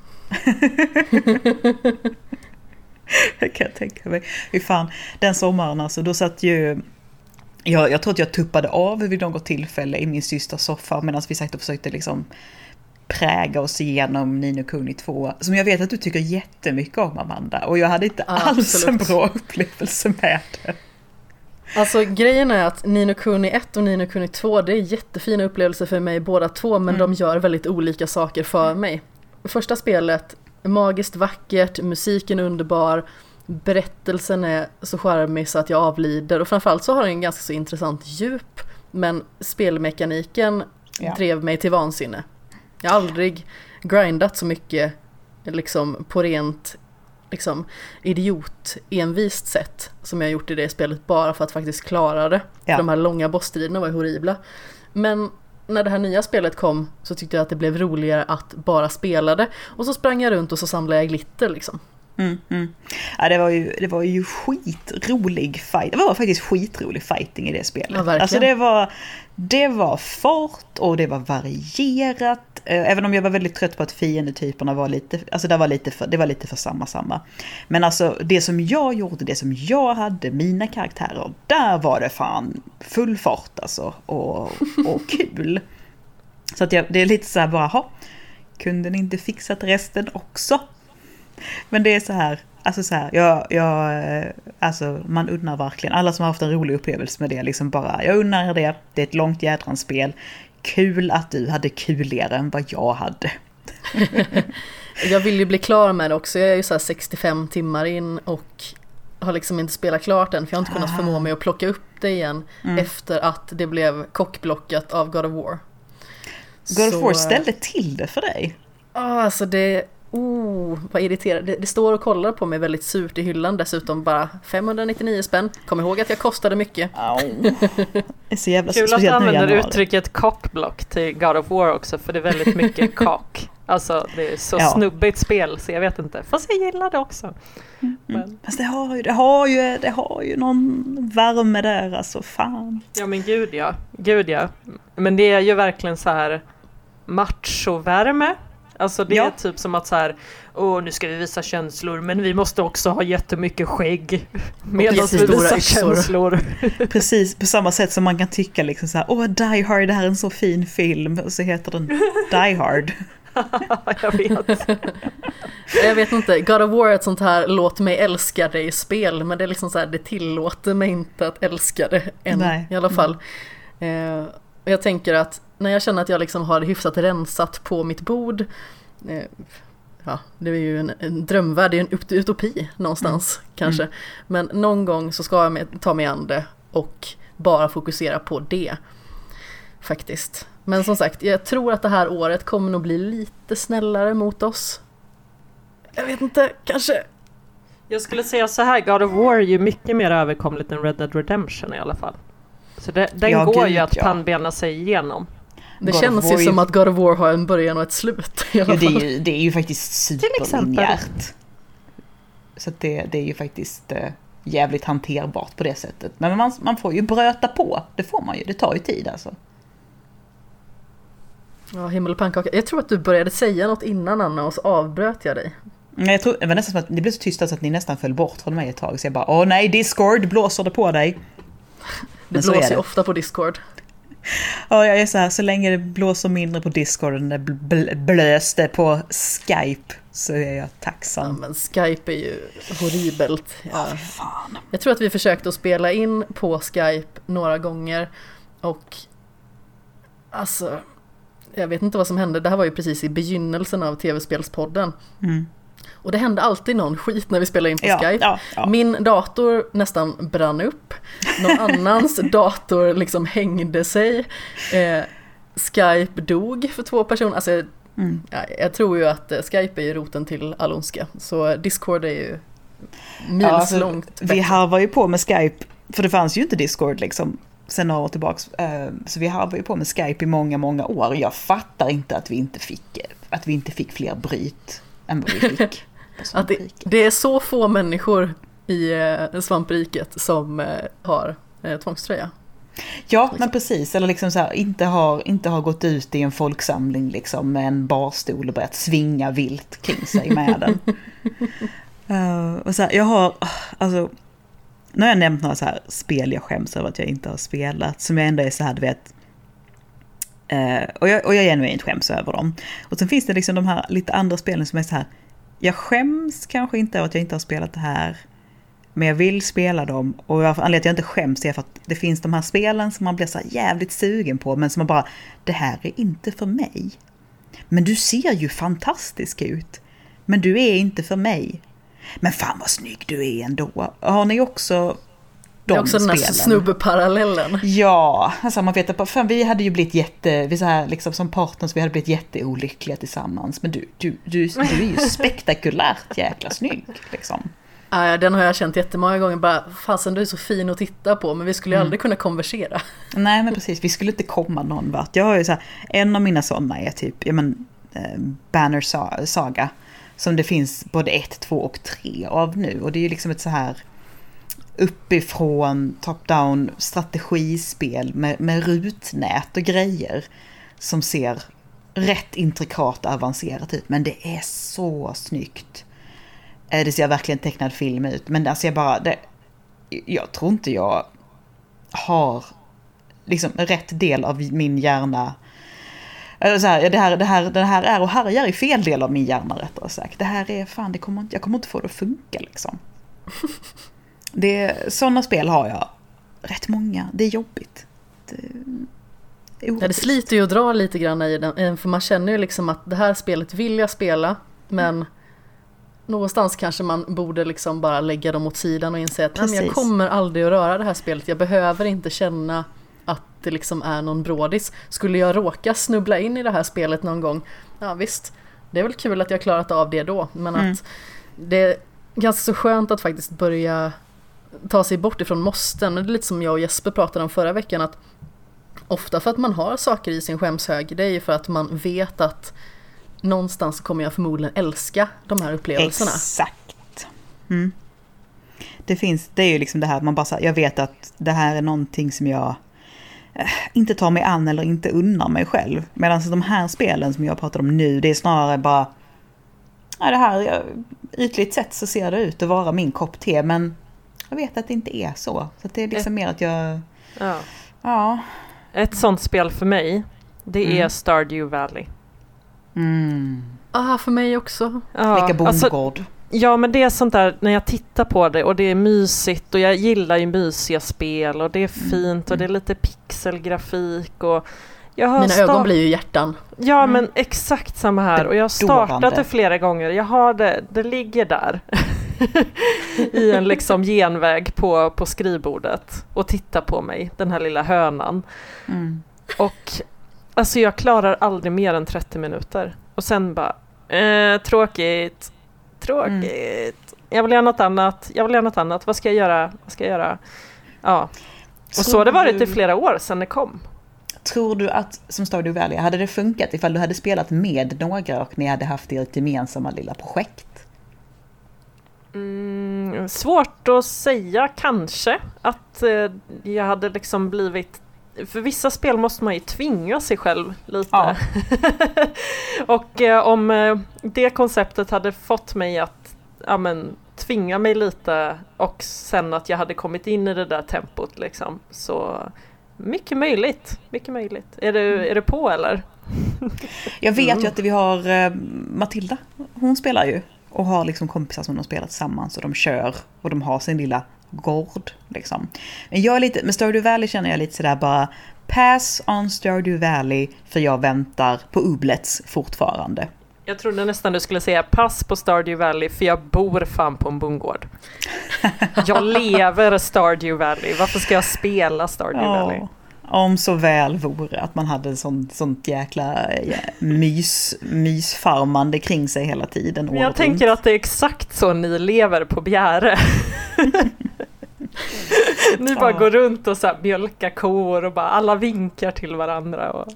Det kan jag tänka mig. Hur fan, den sommaren alltså, då satt ju jag tror att jag tuppade av vid något tillfälle i min systers soffa medan vi satt och försökte liksom präga oss igenom Ni no Kuni 2, som jag vet att du tycker jättemycket om, Amanda, och jag hade inte alls en bra upplevelse med det. Alltså grejen är att Ni no Kuni 1 och Ni no Kuni 2, det är jättefina upplevelser för mig båda två, men de gör väldigt olika saker för mig. Första spelet, magiskt vackert, musiken är underbar, berättelsen är så charmig så att jag avlider, och framförallt så har den en ganska så intressant djup, men spelmekaniken drev mig till vansinne. Jag har aldrig grindat så mycket liksom på rent liksom idiot-envist sätt som jag gjort i det spelet, bara för att faktiskt klara det. För de här långa bossstriderna var ju horribla. Men när det här nya spelet kom så tyckte jag att det blev roligare att bara spela det. Och så sprang jag runt och så samlade jag glitter liksom. Ja, det var ju skitrolig fight. Det var faktiskt skitrolig fighting i det spelet. Ja, verkligen. Alltså det var fart och det var varierat. Även om jag var väldigt trött på att fiendetyperna var lite, alltså det var lite för samma. Men alltså det som jag gjorde, det som jag hade, mina karaktärer, där var det fan full fart alltså och kul. Så att det är lite så här bara, kunde ni inte fixat resten också? Men det är alltså man unnar verkligen alla som har haft en rolig upplevelse med det, liksom bara, jag unnar det är ett långt jädrans spel. Kul att du hade kuligare än vad jag hade. Jag vill ju bli klar med det också. Jag är ju så här 65 timmar in och har liksom inte spelat klart än, för jag har inte kunnat förmå mig att plocka upp det igen efter att det blev kockblockat av God of War. God of War ställde till det för dig? Alltså vad irriterande. Det står och kollar på mig väldigt surt i hyllan, dessutom bara 599 spänn. Kom ihåg att jag kostade mycket. Det är så jävla kul att du använder uttrycket cockblock till God of War också, för det är väldigt mycket cock. Alltså det är så snubbigt spel, så jag vet inte. Fast jag gillar det också. Men. Fast det har ju någon värme där, alltså fan. Ja men gud ja. Men det är ju verkligen så här machovärme. Alltså det är typ som att så här, nu ska vi visa känslor, men vi måste också ha jättemycket skägg medan vi visar känslor. Precis, på samma sätt som man kan tycka liksom så här, Die Hard, det här är en så fin film, och så heter den Die Hard. Jag vet inte, God of War är ett sånt här låt mig älska dig spel, men det är liksom så här, det tillåter mig inte att älska det än. Nej. I alla fall. Och jag tänker att när jag känner att jag liksom har hyfsat rensat på mitt bord, det är ju en drömvärld, det är en utopi någonstans kanske, men någon gång så ska jag ta mig an det och bara fokusera på det faktiskt. Men som sagt, jag tror att det här året kommer nog bli lite snällare mot oss. Jag vet inte, kanske. Jag skulle säga så här, God of War är ju mycket mer överkomligt än Red Dead Redemption i alla fall. Så den går ju att pannbena sig igenom. Det känns ju som att God of War har en början och ett slut. Det är ju faktiskt superlinjärt. Så att det är ju faktiskt jävligt hanterbart på det sättet. Men man får ju bröta på. Det får man ju. Det tar ju tid alltså. Ja, himmel och pannkaka. Jag tror att du började säga något innan, Anna, och så avbröt jag dig. Jag tror, det var nästan som att ni blev så tysta så att ni nästan föll bort från mig ett tag. Så jag bara, nej, Discord, blåser det på dig? Det blåser ju ofta på Discord. Ja, jag är så här, så länge det blåser mindre på Discord än det blöste på Skype, så är jag tacksam. Ja, men Skype är ju horribelt. Fan. Jag tror att vi försökte att spela in på Skype några gånger, och alltså, jag vet inte vad som hände. Det här var ju precis i begynnelsen av TV-spelspodden. Och det hände alltid någon skit när vi spelade in på Skype. Ja. Min dator nästan brann upp. Någon annans dator liksom hängde sig. Skype dog för 2 personer. Alltså, jag tror ju att Skype är ju roten till all ondska. Så Discord är ju mils långt bättre. Vi harvar ju på med Skype, för det fanns ju inte Discord liksom sen några år tillbaks. Så vi harvar ju på med Skype i många år. Jag fattar inte att vi inte fick fler bryt än vad vi fick. Att det är så få människor i svampriket som har tvångströja. Ja, liksom. Men precis. Eller liksom så här, inte har gått ut i en folksamling liksom, med en barstol och börjat svinga vilt kring sig med den. Och så här, jag har, alltså, nu har jag nämnt några så här spel jag skäms över att jag inte har spelat, som jag ändå är så här, du vet, och jag genuint skäms över dem. Och sen finns det liksom de här lite andra spelen som är så här, jag skäms kanske inte över att jag inte har spelat det här, men jag vill spela dem. Och anledningen till att jag inte skäms är för att det finns de här spelen som man blir så jävligt sugen på, men som man bara, det här är inte för mig. Men du ser ju fantastisk ut. Men du är inte för mig. Men fan vad snygg du är ändå. Har ni också det är också den här snubbeparallellen. Ja, alltså man vet att vi hade ju blivit vi så här liksom som partners, vi hade blivit jätteolyckliga tillsammans. Men du är ju spektakulärt jäkla snygg liksom. Ja, den har jag känt jättemånga gånger. Bara, fasen du är så fin att titta på, men vi skulle ju aldrig kunna konversera. Nej, men precis. Vi skulle inte komma någon vart. Jag har ju så här, en av mina sådana är typ, Banner Saga. Som det finns både 1, 2 och 3 av nu. Och det är ju liksom ett så här uppifrån top-down strategispel med rutnät och grejer som ser rätt intrikat och avancerat ut. Men det är så snyggt. Det ser verkligen tecknad film ut. Men alltså jag tror inte jag har liksom rätt del av min hjärna. Så här, det här är och härjar i fel del av min hjärna rättare sagt. Det här är fan, jag kommer inte få det att funka liksom. Sådana spel har jag rätt många. Det är jobbigt. Det sliter ju att dra lite grann i den, för man känner ju liksom att det här spelet vill jag spela, men någonstans kanske man borde liksom bara lägga dem åt sidan och inse att nej, jag kommer aldrig att röra det här spelet. Jag behöver inte känna att det liksom är någon brådis. Skulle jag råka snubbla in i det här spelet någon gång, ja visst, det är väl kul att jag klarat av det då, men att det är ganska så skönt att faktiskt börja ta sig bort ifrån måsten. Det är lite som jag och Jesper pratade om förra veckan, att ofta för att man har saker i sin skämshög, det är ju för att man vet att någonstans kommer jag förmodligen älska de här upplevelserna. Exakt. Det är ju liksom det här, man bara, jag vet att det här är någonting som jag inte tar mig an eller inte unnar mig själv. Medan de här spelen som jag pratar om nu, det är snarare bara det här, ytligt sett så ser det ut att vara min kopp te, men jag vet att det inte är så. Så det är liksom mer att jag... Ja. Ett sånt spel för mig, det är Stardew Valley. För mig också. Lika bondgård. Alltså, ja, men det är sånt där, när jag tittar på det och det är mysigt och jag gillar ju mysiga spel och det är fint och det är lite pixelgrafik och jag har mina ögon blir ju hjärtan. Ja, men exakt samma här. Och jag har startat det flera gånger. Jag har det ligger där i en liksom genväg på skrivbordet och tittar på mig, den här lilla hönan. Och alltså jag klarar aldrig mer än 30 minuter. Och sen bara, tråkigt. Jag vill göra något annat. Vad ska jag göra? Ja. Och så har det varit i flera år sedan det kom. Tror du att, som Stardew Valley, hade det funkat ifall du hade spelat med några och ni hade haft ert gemensamma lilla projekt? Svårt att säga, kanske. Att jag hade liksom blivit... För vissa spel måste man ju tvinga sig själv lite. Ja. Och om det konceptet hade fått mig att tvinga mig lite och sen att jag hade kommit in i det där tempot liksom, så... Mycket möjligt. Är du på eller? Jag vet ju att vi har Matilda. Hon spelar ju och har liksom kompisar som de spelar tillsammans och de kör och de har sin lilla gård liksom. Men jag är lite, med Stardew Valley känner jag lite sådär bara pass on Stardew Valley, för jag väntar på Ublets fortfarande. Jag trodde nästan du skulle säga pass på Stardew Valley, för jag bor fan på en bondgård. Jag lever Stardew Valley. Varför ska jag spela Stardew Valley? Om så väl vore att man hade sånt jäkla mysfarmande kring sig hela tiden. Jag tänker att det är exakt så ni lever på Bjäre. Ni bara går runt och så här mjölkar kor och bara alla vinkar till varandra. Och,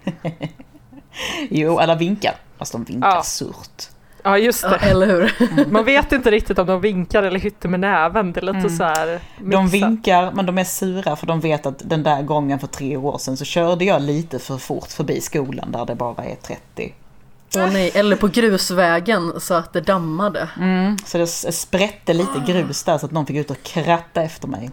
Jo, alla vinkar. Fast de vinkar surt. Ja, just det. Ja, eller hur? Man vet inte riktigt om de vinkar eller hytter med näven. Det är lite så här mixat. De vinkar, men de är sura för de vet att den där gången för 3 år sedan så körde jag lite för fort förbi skolan där det bara är 30. Nej, eller på grusvägen så att det dammade. Så det sprätte lite grus där så att någon fick ut och kratta efter mig.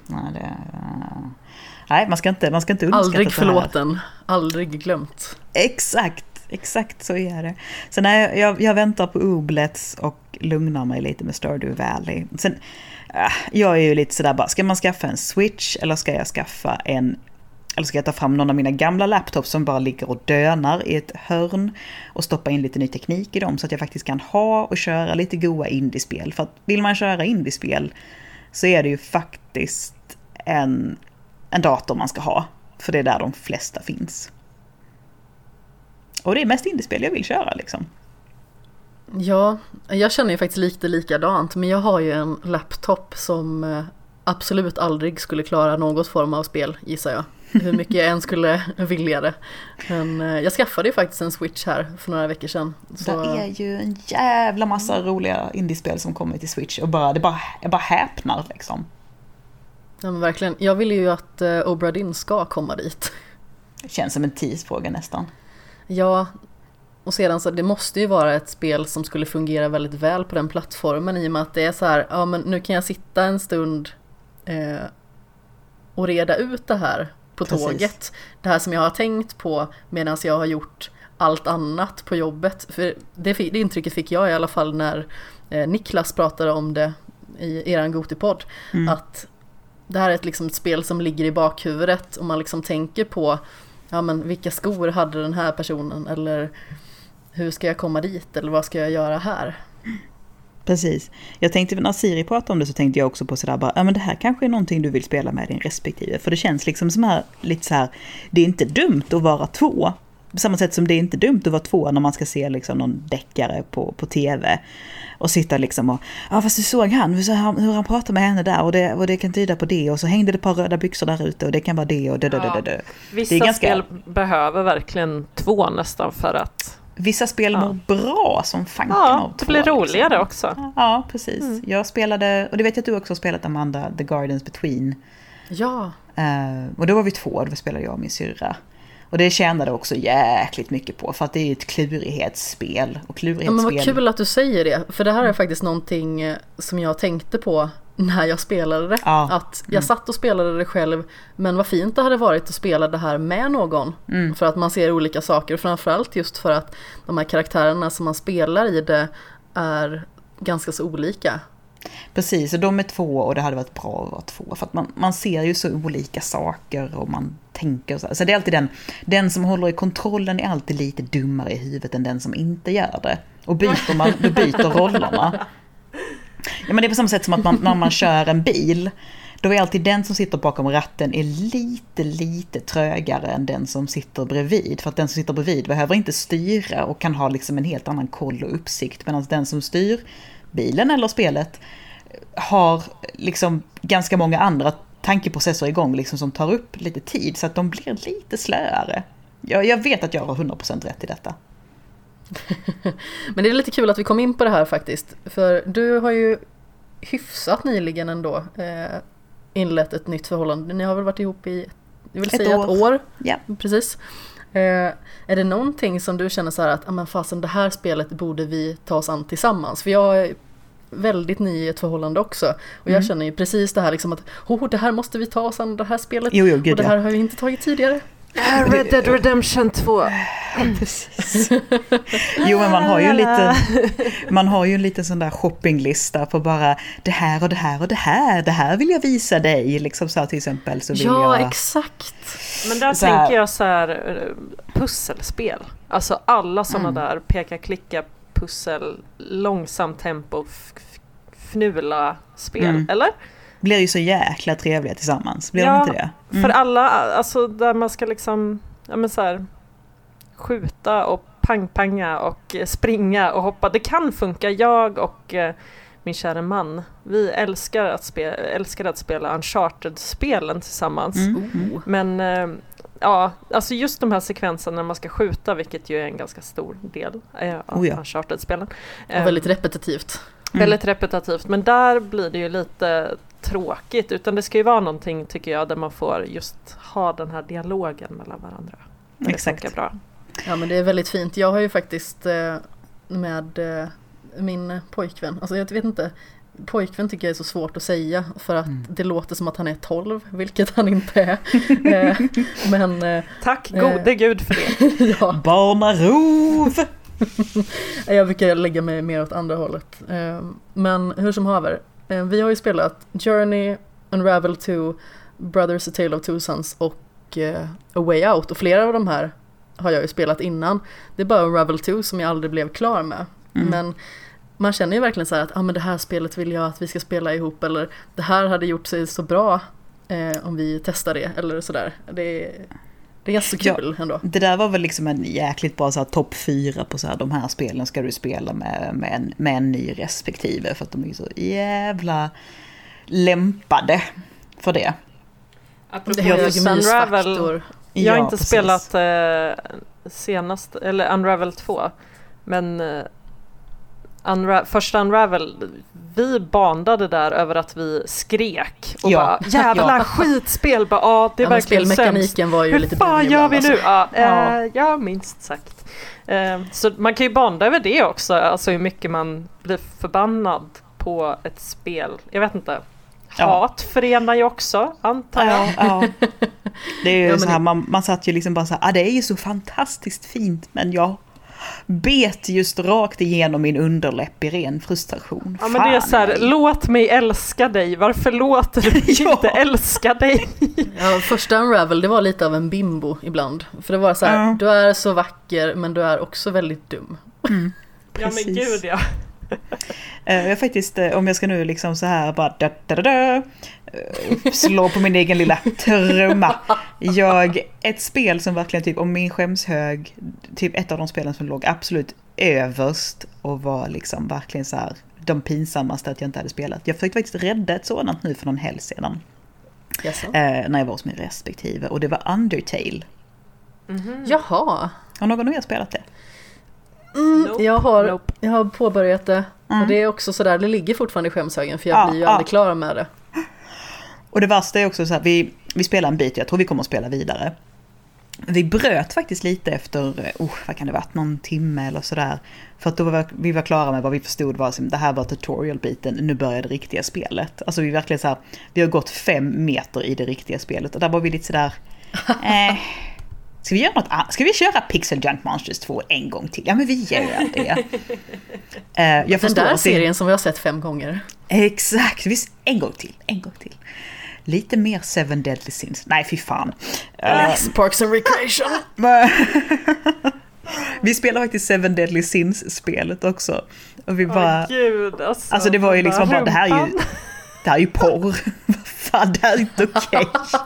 Nej, man ska inte underskatta aldrig förlåten, aldrig glömt. Exakt. Exakt så är det. Sen jag väntar på Ooblets och lugnar mig lite med Stardew Valley. Sen, jag är ju lite sådär bara, ska man skaffa en Switch eller ska jag skaffa eller ska jag ta fram någon av mina gamla laptops som bara ligger och dönar i ett hörn och stoppa in lite ny teknik i dem så att jag faktiskt kan ha och köra lite goa indiespel. För att vill man köra indiespel så är det ju faktiskt en dator man ska ha. För det är där de flesta finns. Och det är mest indiespel jag vill köra liksom. Ja, jag känner ju faktiskt lite likadant, men jag har ju en laptop som absolut aldrig skulle klara något form av spel, gissar jag. Hur mycket jag än skulle vilja det. Men jag skaffade ju faktiskt en Switch här för några veckor sedan. Så... Det är ju en jävla massa roliga indiespel som kommer till Switch och jag bara häpnar liksom. Ja men verkligen, jag vill ju att Obra Dinn ska komma dit. Det känns som en tidsfråga nästan. Ja, och sedan så det måste ju vara ett spel som skulle fungera väldigt väl på den plattformen i och med att det är så här, ja men nu kan jag sitta en stund och reda ut det här på tåget. Det här som jag har tänkt på medan jag har gjort allt annat på jobbet. För det intrycket fick jag i alla fall när Niklas pratade om det i eran Gotipodd. Att det här är ett spel som ligger i bakhuvudet och man liksom tänker på ja men vilka skor hade den här personen eller hur ska jag komma dit eller vad ska jag göra här? Precis. Jag tänkte när Siri pratade om det så tänkte jag också på sådär bara, ja men det här kanske är någonting du vill spela med din respektive. För det känns liksom som här, lite så här, det är inte dumt att vara två. På samma sätt som det är inte dumt att vara två när man ska se liksom någon deckare på tv. Och sitta liksom och, ja fast du såg hur han pratade med henne där och det kan tyda på det. Och så hängde det ett par röda byxor där ute och det kan vara det och det. Vissa det är spel behöver verkligen två nästan för att... Vissa spel mår bra som fanken av två. Det blir roligare också. Ja, precis. Jag spelade, och det vet jag att du också har spelat Amanda, The Gardens Between. Ja. Och då var vi två, då spelade jag och min syrra. Och det tjänade också jäkligt mycket på för att det är ett klurighetsspel. Ja, men vad kul att du säger det. För det här är faktiskt någonting som jag tänkte på när jag spelade det. Att jag satt och spelade det själv. Men vad fint det hade varit att spela det här med någon. För att man ser olika saker. Framförallt just för att de här karaktärerna som man spelar i det är ganska så olika. Precis, och de är två och det hade varit bra att vara två. För att man ser ju så olika saker och man tänker så. Så det är alltid den som håller i kontrollen är alltid lite dummare i huvudet än den som inte gör det. Och då byter rollerna. Ja, men det är på samma sätt som att när man kör en bil, då är alltid den som sitter bakom ratten är lite trögare än den som sitter bredvid. För att den som sitter bredvid behöver inte styra och kan ha liksom en helt annan koll och uppsikt. Medan den som styr bilen eller spelet har liksom ganska många andra tankeprocesser igång liksom som tar upp lite tid så att de blir lite slöare. Jag vet att jag har 100% rätt i detta. Men det är lite kul att vi kom in på det här faktiskt. För du har ju hyfsat nyligen ändå inlett ett nytt förhållande. Ni har väl varit ihop i ett år? Ja. Precis. Är det någonting som du känner så här att men fasen, det här spelet borde vi ta oss an tillsammans? För jag är väldigt ny i ett förhållande också. Och jag känner ju precis det här liksom att det här måste vi ta oss an, det här spelet. Gud, och det här har vi inte tagit tidigare. Red Dead Redemption 2. Precis. Jo, men man har ju en liten sån där shoppinglista på bara det här och det här och det här. Det här vill jag visa dig. Liksom så till exempel så vill jag... Ja, exakt. Men där tänker jag så här pusselspel. Alltså alla såna där peka-klicka pussel, långsamt tempo, fnula spel, eller? Blir ju så jäkla trevliga tillsammans. Blir de inte det? För alla, alltså där man ska liksom så här, skjuta och pang-panga och springa och hoppa. Det kan funka. Jag och min kära man, vi älskar att spela Uncharted-spelen tillsammans. Men alltså just de här sekvenserna när man ska skjuta, vilket ju är en ganska stor del av Uncharted-spelen. Och väldigt repetitivt. Väldigt repetitivt, men där blir det ju lite tråkigt, utan det ska ju vara någonting, tycker jag, där man får just ha den här dialogen mellan varandra. Exakt. Det funkar bra. Ja, men det är väldigt fint. Jag har ju faktiskt med min pojkvän, alltså jag vet inte, pojkvän tycker jag är så svårt att säga för att det låter som att han är 12, vilket han inte är. Men tack gode gud för det. Ja. Barnarov! Jag brukar lägga mig mer åt andra hållet. Men hur som haver, vi har ju spelat Journey, Unravel 2, Brothers A Tale of Two Sons och A Way Out, och flera av de här har jag ju spelat innan. Det är bara Unravel 2 som jag aldrig blev klar med. Men man känner ju verkligen så här att men det här spelet vill jag att vi ska spela ihop, eller det här hade gjort sig så bra om vi testar det, eller sådär. Det är ganska kul ändå. Det där var väl liksom en jäkligt bra så här, topp 4 på så här, de här spelen ska du spela med en ny respektive, för att de är så jävla lämpade för det. Apropå Unravel, jag har inte precis. spelat senast, eller Unravel 2, men första Unravel, vi bandade där över att vi skrek och bara jävla skitspel, bara det är verkligen spelmekaniken var ju lite hur fan gör vi nu? Ja. Ja, minst sagt. Så man kan ju banda över det också, alltså hur mycket man blir förbannad på ett spel. Jag vet inte. Hat förenar ju också, antar jag. Ja. Det är ju så här, man satt ju liksom bara så här, det är ju så fantastiskt fint, men jag bet just rakt igenom min underläpp i ren frustration. Ja, men det är så här, låt mig älska dig. Varför låter du inte älska dig? Ja, första Unravel, det var lite av en bimbo ibland. För det var så här, du är så vacker, men du är också väldigt dum. Ja, men gud, ja. Jag faktiskt, om jag ska nu liksom så här bara slå på min egen lilla trumma. Ett spel som verkligen typ om min skämshög, typ ett av de spelen som låg absolut överst och var liksom verkligen så här de pinsammaste att jag inte hade spelat. Jag försökte faktiskt rädda ett sådant nu för någon helg sedan. När jag var hos min respektive, och det var Undertale. Jaha. Har någon av er spelat det? Nope. Jag har påbörjat det. Och det är också sådär, det ligger fortfarande i skämshögen, för jag blir ju aldrig klar med det. Och det värsta är också så här, vi spelar en bit, jag tror vi kommer att spela vidare. Vi bröt faktiskt lite efter, vad kan det varit, någon timme eller sådär. För att då vi var klara med vad vi förstod var som det här var tutorial-biten, nu börjar det riktiga spelet. Alltså vi verkligen så här, vi har gått 5 meter i det riktiga spelet, och där var vi lite sådär, ska vi göra något annat? Ska vi köra Pixel Junk Monsters 2 en gång till? Ja, men vi gör det. Den där serien som vi har sett 5 gånger. Exakt, visst, en gång till. Lite mer Seven Deadly Sins. Nej, fy fan. Parks and Recreation. Vi spelar faktiskt Seven Deadly Sins-spelet också. Och vi bara... Gud, alltså det var ju liksom bara, det här är ju porr. Vad fan, det här är inte okej.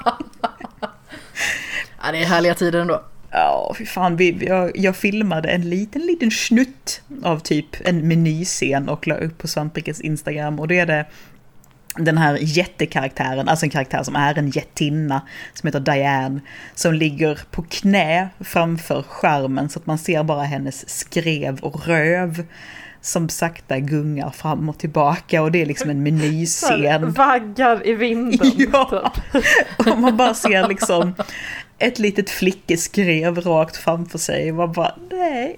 Ja, det är härliga tider ändå. Ja, fy fan. Jag filmade en liten snutt av typ en menyscen och la upp på Svamprikes Instagram. Och det är det den här jättekaraktären, alltså en karaktär som är en jättinna som heter Diane, som ligger på knä framför skärmen så att man ser bara hennes skrev och röv som sakta gungar fram och tillbaka, och det är liksom en menyscen. Vaggar i vinden. Ja, och man bara ser liksom ett litet flickeskrev rakt framför sig och man bara, nej,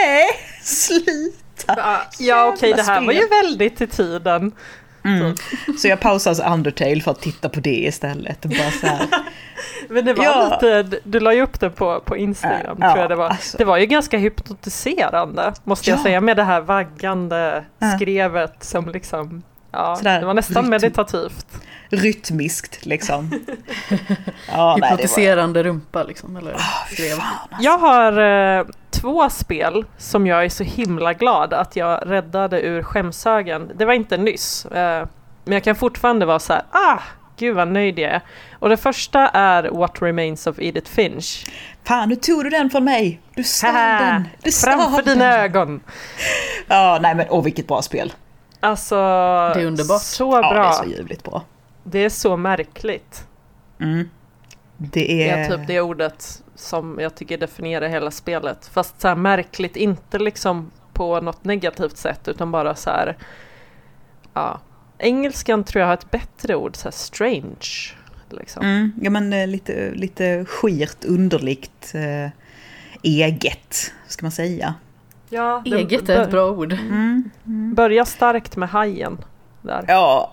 sluta. Ja, okej, det här var ju väldigt i tiden. Så jag pausade Undertale för att titta på det istället och bara så här. Men det var lite, du la ju upp det på Instagram, tror jag det var. Alltså. Det var ju ganska hypnotiserande, måste jag säga, med det här vaggande skrevet som liksom, det var nästan meditativt. Rytmiskt liksom. Hypnotiserande rumpa liksom, eller skrev. Fan, alltså. Jag har 2 spel som jag är så himla glad att jag räddade ur skämshögen. Det var inte nyss, men jag kan fortfarande vara så här, gud vad nöjd jag är. Och det första är What Remains of Edith Finch. Fan, nu tog du den från mig. Du stal den. Du framför dina ögon. Ja, nej men vilket bra spel. Alltså, det är underbart. Så bra. Ja, det är så ljuvligt bra. Det är så märkligt. Det är typ det ordet som jag tycker definierar hela spelet. Fast så här märkligt, inte liksom på något negativt sätt, utan bara så här, engelskan tror jag har ett bättre ord, så här strange liksom. Ja, men lite skirt, underligt, eget, ska man säga. Ja, eget är ett bra ord. Börja starkt med hajen. där. Ja.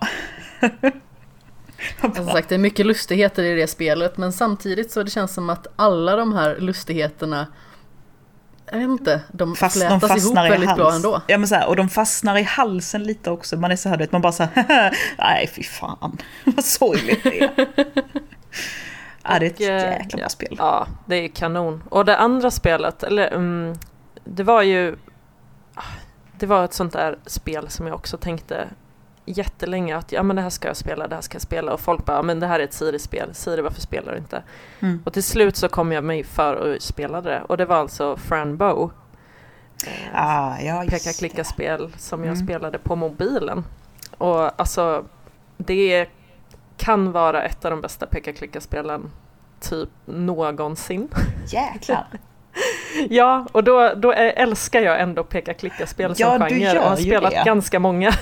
Som sagt, det är mycket lustigheter i det spelet, men samtidigt så det känns som att alla de här lustigheterna, jag vet inte, de flätas ihop väldigt bra ändå. Ja, men så här, och de fastnar i halsen lite också. Man är så här, vet, man bara så här, nej fy fan, vad sorgligt det är. Ja, det är ett jäkla bra spel. Ja, det är kanon. Och det andra spelet, det var ett sånt där spel som jag också tänkte jättelänge att ja, men det här ska jag spela, och folk bara, men det här är ett Siri-spel. Siri, varför spelar du inte? Och till slut så kom jag mig för att spela det, och det var alltså Fran Bow. Peka-klicka-spel som jag spelade på mobilen. Och alltså, det kan vara ett av de bästa peka-klicka-spelen typ någonsin. Jäklar. Ja, och då älskar jag ändå peka-klicka-spel som genre, och har spelat ganska många.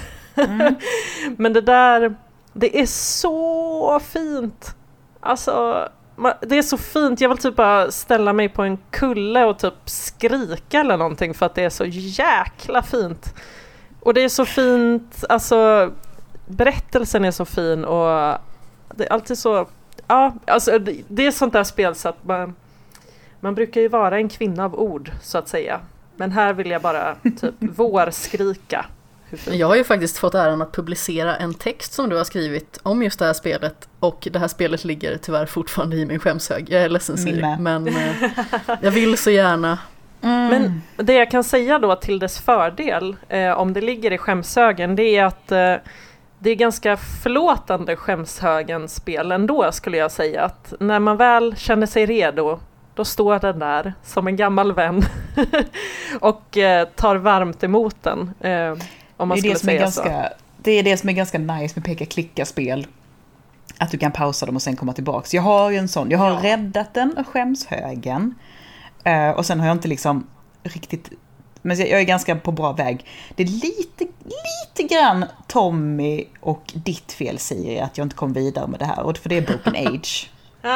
Men det är så fint. Alltså, det är så fint. Jag vill typ bara ställa mig på en kulle och typ skrika eller någonting, för att det är så jäkla fint. Och det är så fint, alltså berättelsen är så fin, och det är alltid så, ja, alltså det är sånt där spel så att man brukar ju vara en kvinna av ord, så att säga. Men här vill jag bara typ vårskrika. Jag har ju faktiskt fått äran att publicera en text som du har skrivit om just det här spelet, och det här spelet ligger tyvärr fortfarande i min skämshög. Jag är ledsen, Siri, men jag vill så gärna. Men det jag kan säga då till dess fördel, om det ligger i skämshögen, det är att det är ganska förlåtande skämshögen-spel ändå, skulle jag säga. Att när man väl känner sig redo, då står den där som en gammal vän och tar varmt emot den. Om man skulle säga så. Det är det som är ganska nice med peka-klicka-spel. Att du kan pausa dem och sen komma tillbaka. Jag har ju en sån. Jag har räddat den och skämshögen. Och sen har jag inte liksom riktigt... Men jag är ganska på bra väg. Det är lite grann Tommy och ditt fel, Siri, att jag inte kom vidare med det här. Och för det är Broken Age.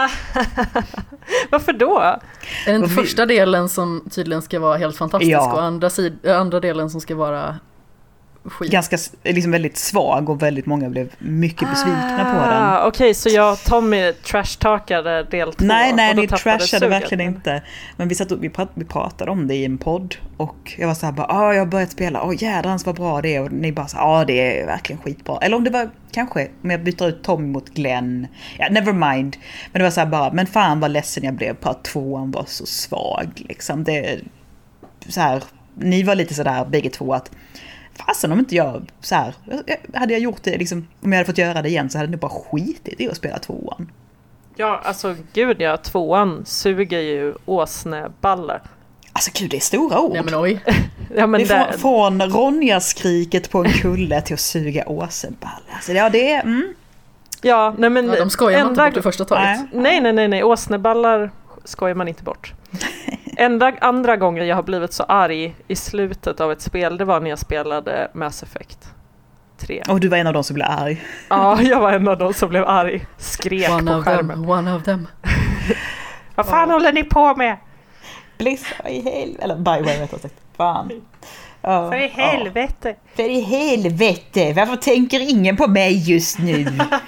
Varför då? Är det inte första delen som tydligen ska vara helt fantastisk, och andra delen som ska vara skit? Ganska liksom väldigt svag, och väldigt många blev mycket besvikna på den. Okej, så Tommy trash-talkade del 2. Nej, ni trashade verkligen inte. Men vi pratade om det i en podd, och jag var så här bara, jag har börjat spela, jädrans vad bra det är, och ni bara så, det är verkligen skitbra. Eller om det var kanske, om jag byter ut Tommy mot Glenn, never mind. Men det var så här bara, men fan vad ledsen jag blev på att 2:an var så svag liksom. Det så här, ni var lite så där bägge två att fasen om inte jag så här, hade jag gjort det liksom, om jag hade fått göra det igen, så hade det bara skitit i att spela 2:an. Ja, alltså gud, 2:an suger ju åsneballar. Alltså gud, det är stora ord. Nej, men oj. Ja, men det är från Ronja-skriket på en kulle till att suga åsneballar. Alltså det är... Ja, nej men... Ja, de skojar man inte bort i första taget. Nej. Åsneballar skojar man inte bort. Andra gången jag har blivit så arg i slutet av ett spel, det var när jag spelade Mass Effect 3. Och du var en av dem som blev arg. Ja, jag var en av dem som blev arg. Skrek på skärmen. One of them. Vad fan håller ni på med? Blissa i helvete. Eller Bioware rättare sagt. Fan. För i helvete. För i helvete. Varför tänker ingen på mig just nu?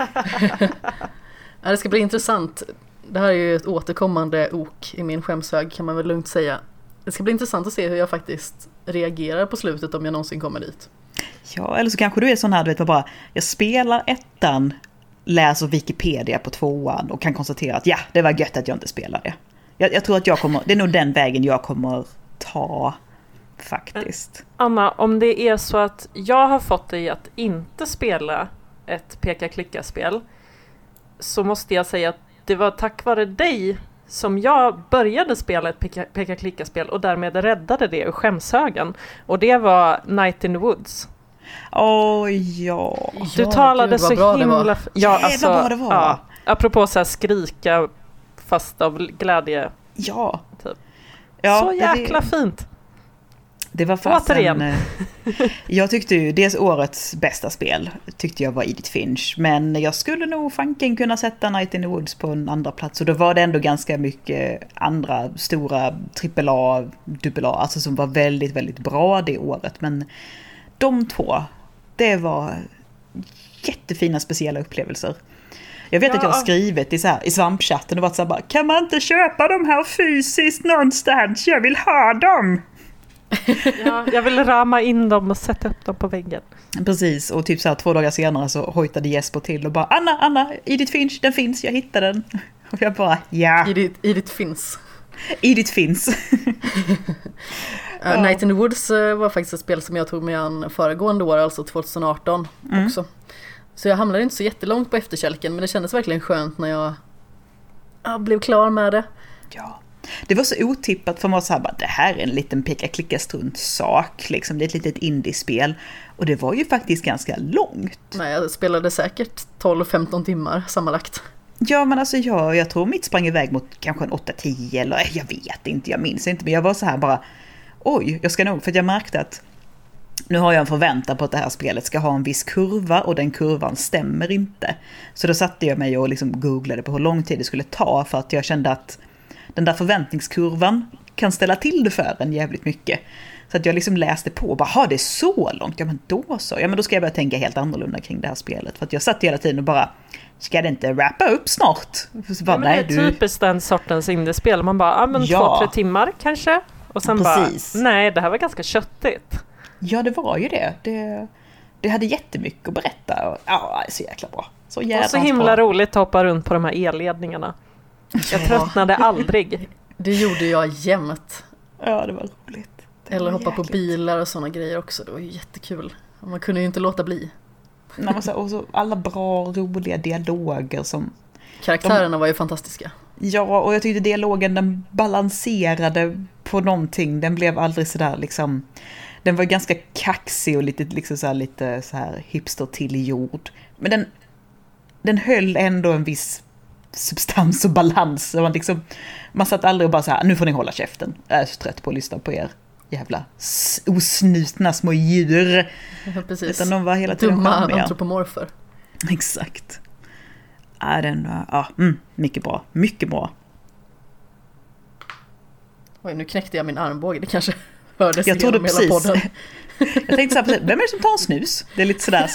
Det ska bli intressant. Det här är ju ett återkommande ok i min skämshög, kan man väl lugnt säga. Det ska bli intressant att se hur jag faktiskt reagerar på slutet, om jag någonsin kommer dit. Ja, eller så kanske du är sån här, du vet bara, jag spelar 1:an, läser Wikipedia på 2:an och kan konstatera att det var gött att jag inte spelade. Jag tror att det är nog den vägen jag kommer ta faktiskt. Anna, om det är så att jag har fått dig att inte spela ett peka-klicka-spel, så måste jag säga att det var tack vare dig som jag började spela ett peka-klicka-spel och därmed räddade det ur skämshögen. Och det var Night in the Woods. Ja. Du talade så himla... Ja, alltså, bra det var. Ja, apropå så här skrika fast av glädje. Ja. Typ. Ja, så jäkla fint. Det var fasen, jag tyckte ju dels årets bästa spel tyckte jag var Edith Finch, men jag skulle nog fanken kunna sätta Night in the Woods på en andra plats, och då var det ändå ganska mycket andra stora AAA, AA, alltså som var väldigt, väldigt bra det året, men de två, det var jättefina speciella upplevelser. Jag vet att jag har skrivit i svampchatten och varit så här bara, kan man inte köpa de här fysiskt någonstans? Jag vill ha dem! Ja, jag vill rama in dem och sätta upp dem på väggen. Precis, och typ så här 2 dagar senare så hojtade Jesper till och bara, Anna, Edith Finch, den finns, jag hittade den. Och jag bara, ja. Edith finns. Edith finns. Night in the Woods var faktiskt ett spel som jag tog mig an föregående år, alltså 2018 också. Så jag hamnade inte så jättelångt på efterkälken, men det kändes verkligen skönt när jag blev klar med det. Ja, det var så otippat för mig så här, bara, det här är en liten peka-klicka-strunt sak, liksom, det är ett litet indiespel. Och det var ju faktiskt ganska långt. Nej, jag spelade säkert 12-15 timmar sammanlagt. Ja, men alltså jag tror mitt sprang iväg mot kanske en 8-10 eller jag vet inte, jag minns inte. Men jag var så här bara, oj, jag ska nog, för att jag märkte att nu har jag en förväntan på att det här spelet ska ha en viss kurva och den kurvan stämmer inte. Så då satte jag mig och liksom googlade på hur lång tid det skulle ta för att jag kände att den där förväntningskurvan kan ställa till det för en jävligt mycket. Så att jag liksom läste på och bara, det är så långt? Ja, men då så. Ja, men då ska jag börja tänka helt annorlunda kring det här spelet. För att jag satt hela tiden och bara, ska det inte wrappa upp snart? Så bara, ja, men det är typiskt den sortens indiespel. Man bara, 2-3 timmar kanske. Och sen precis. Bara, nej, det här var ganska köttigt. Ja, det var ju det. Det hade jättemycket att berätta. Och, ja, det är så jäkla bra. Och så himla roligt att hoppa runt på de här elledningarna. Jag tröttnade aldrig. Det gjorde jag jämt. Ja, det var roligt. Eller hoppa på bilar och såna grejer också. Det var ju jättekul. Man kunde ju inte låta bli. Och så alla bra, roliga dialoger som... Karaktärerna var ju fantastiska. Ja, och jag tyckte dialogen, den balanserade på någonting. Den blev aldrig sådär liksom... Den var ganska kaxig och lite så här hipster till jord. Men den höll ändå en viss substans och balans. Och man satt aldrig och bara så här, nu får ni hålla käften. Jag är så trött på att lyssna på er jävla osnutna små djur. Ja, precis. Utan de var hela tiden dumma charmiga. antropomorfer. Exakt. Mycket bra. Mycket bra. Oj, nu knäckte jag min armbåge. Det kanske hördes jag genom hela podden. Jag tänkte så här, vem är det som tar en snus? Det är lite sådär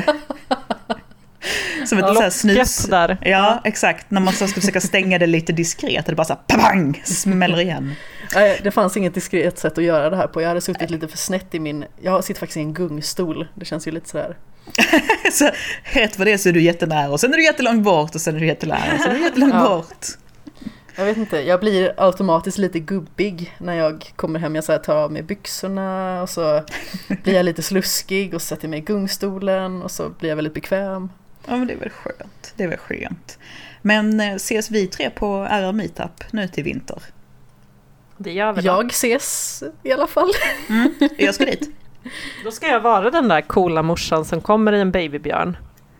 som ett så här snus. Där. Ja, exakt. När man så ska försöka stänga det lite diskret. Det bara så här, pang, smäller igen. Det fanns inget diskret sätt att göra det här på. Jag hade suttit lite för snett jag sitter faktiskt i en gungstol. Det känns ju lite sådär. Så rätt för det så är du jättenära. Och sen är du jättelångt bort. Och sen är du jättenära. Och sen är du jättelångt bort. Jag vet inte, jag blir automatiskt lite gubbig när jag kommer hem. Jag så här, tar av mig byxorna och så blir jag lite sluskig och sätter mig i gungstolen och så blir jag väldigt bekväm. Ja, men det är väl skönt. Men ses vi 3 på RR Meetup nu till vinter? Det gör vi. Jag ses i alla fall. Jag ska dit. Då ska jag vara den där coola morsan som kommer i en babybjörn.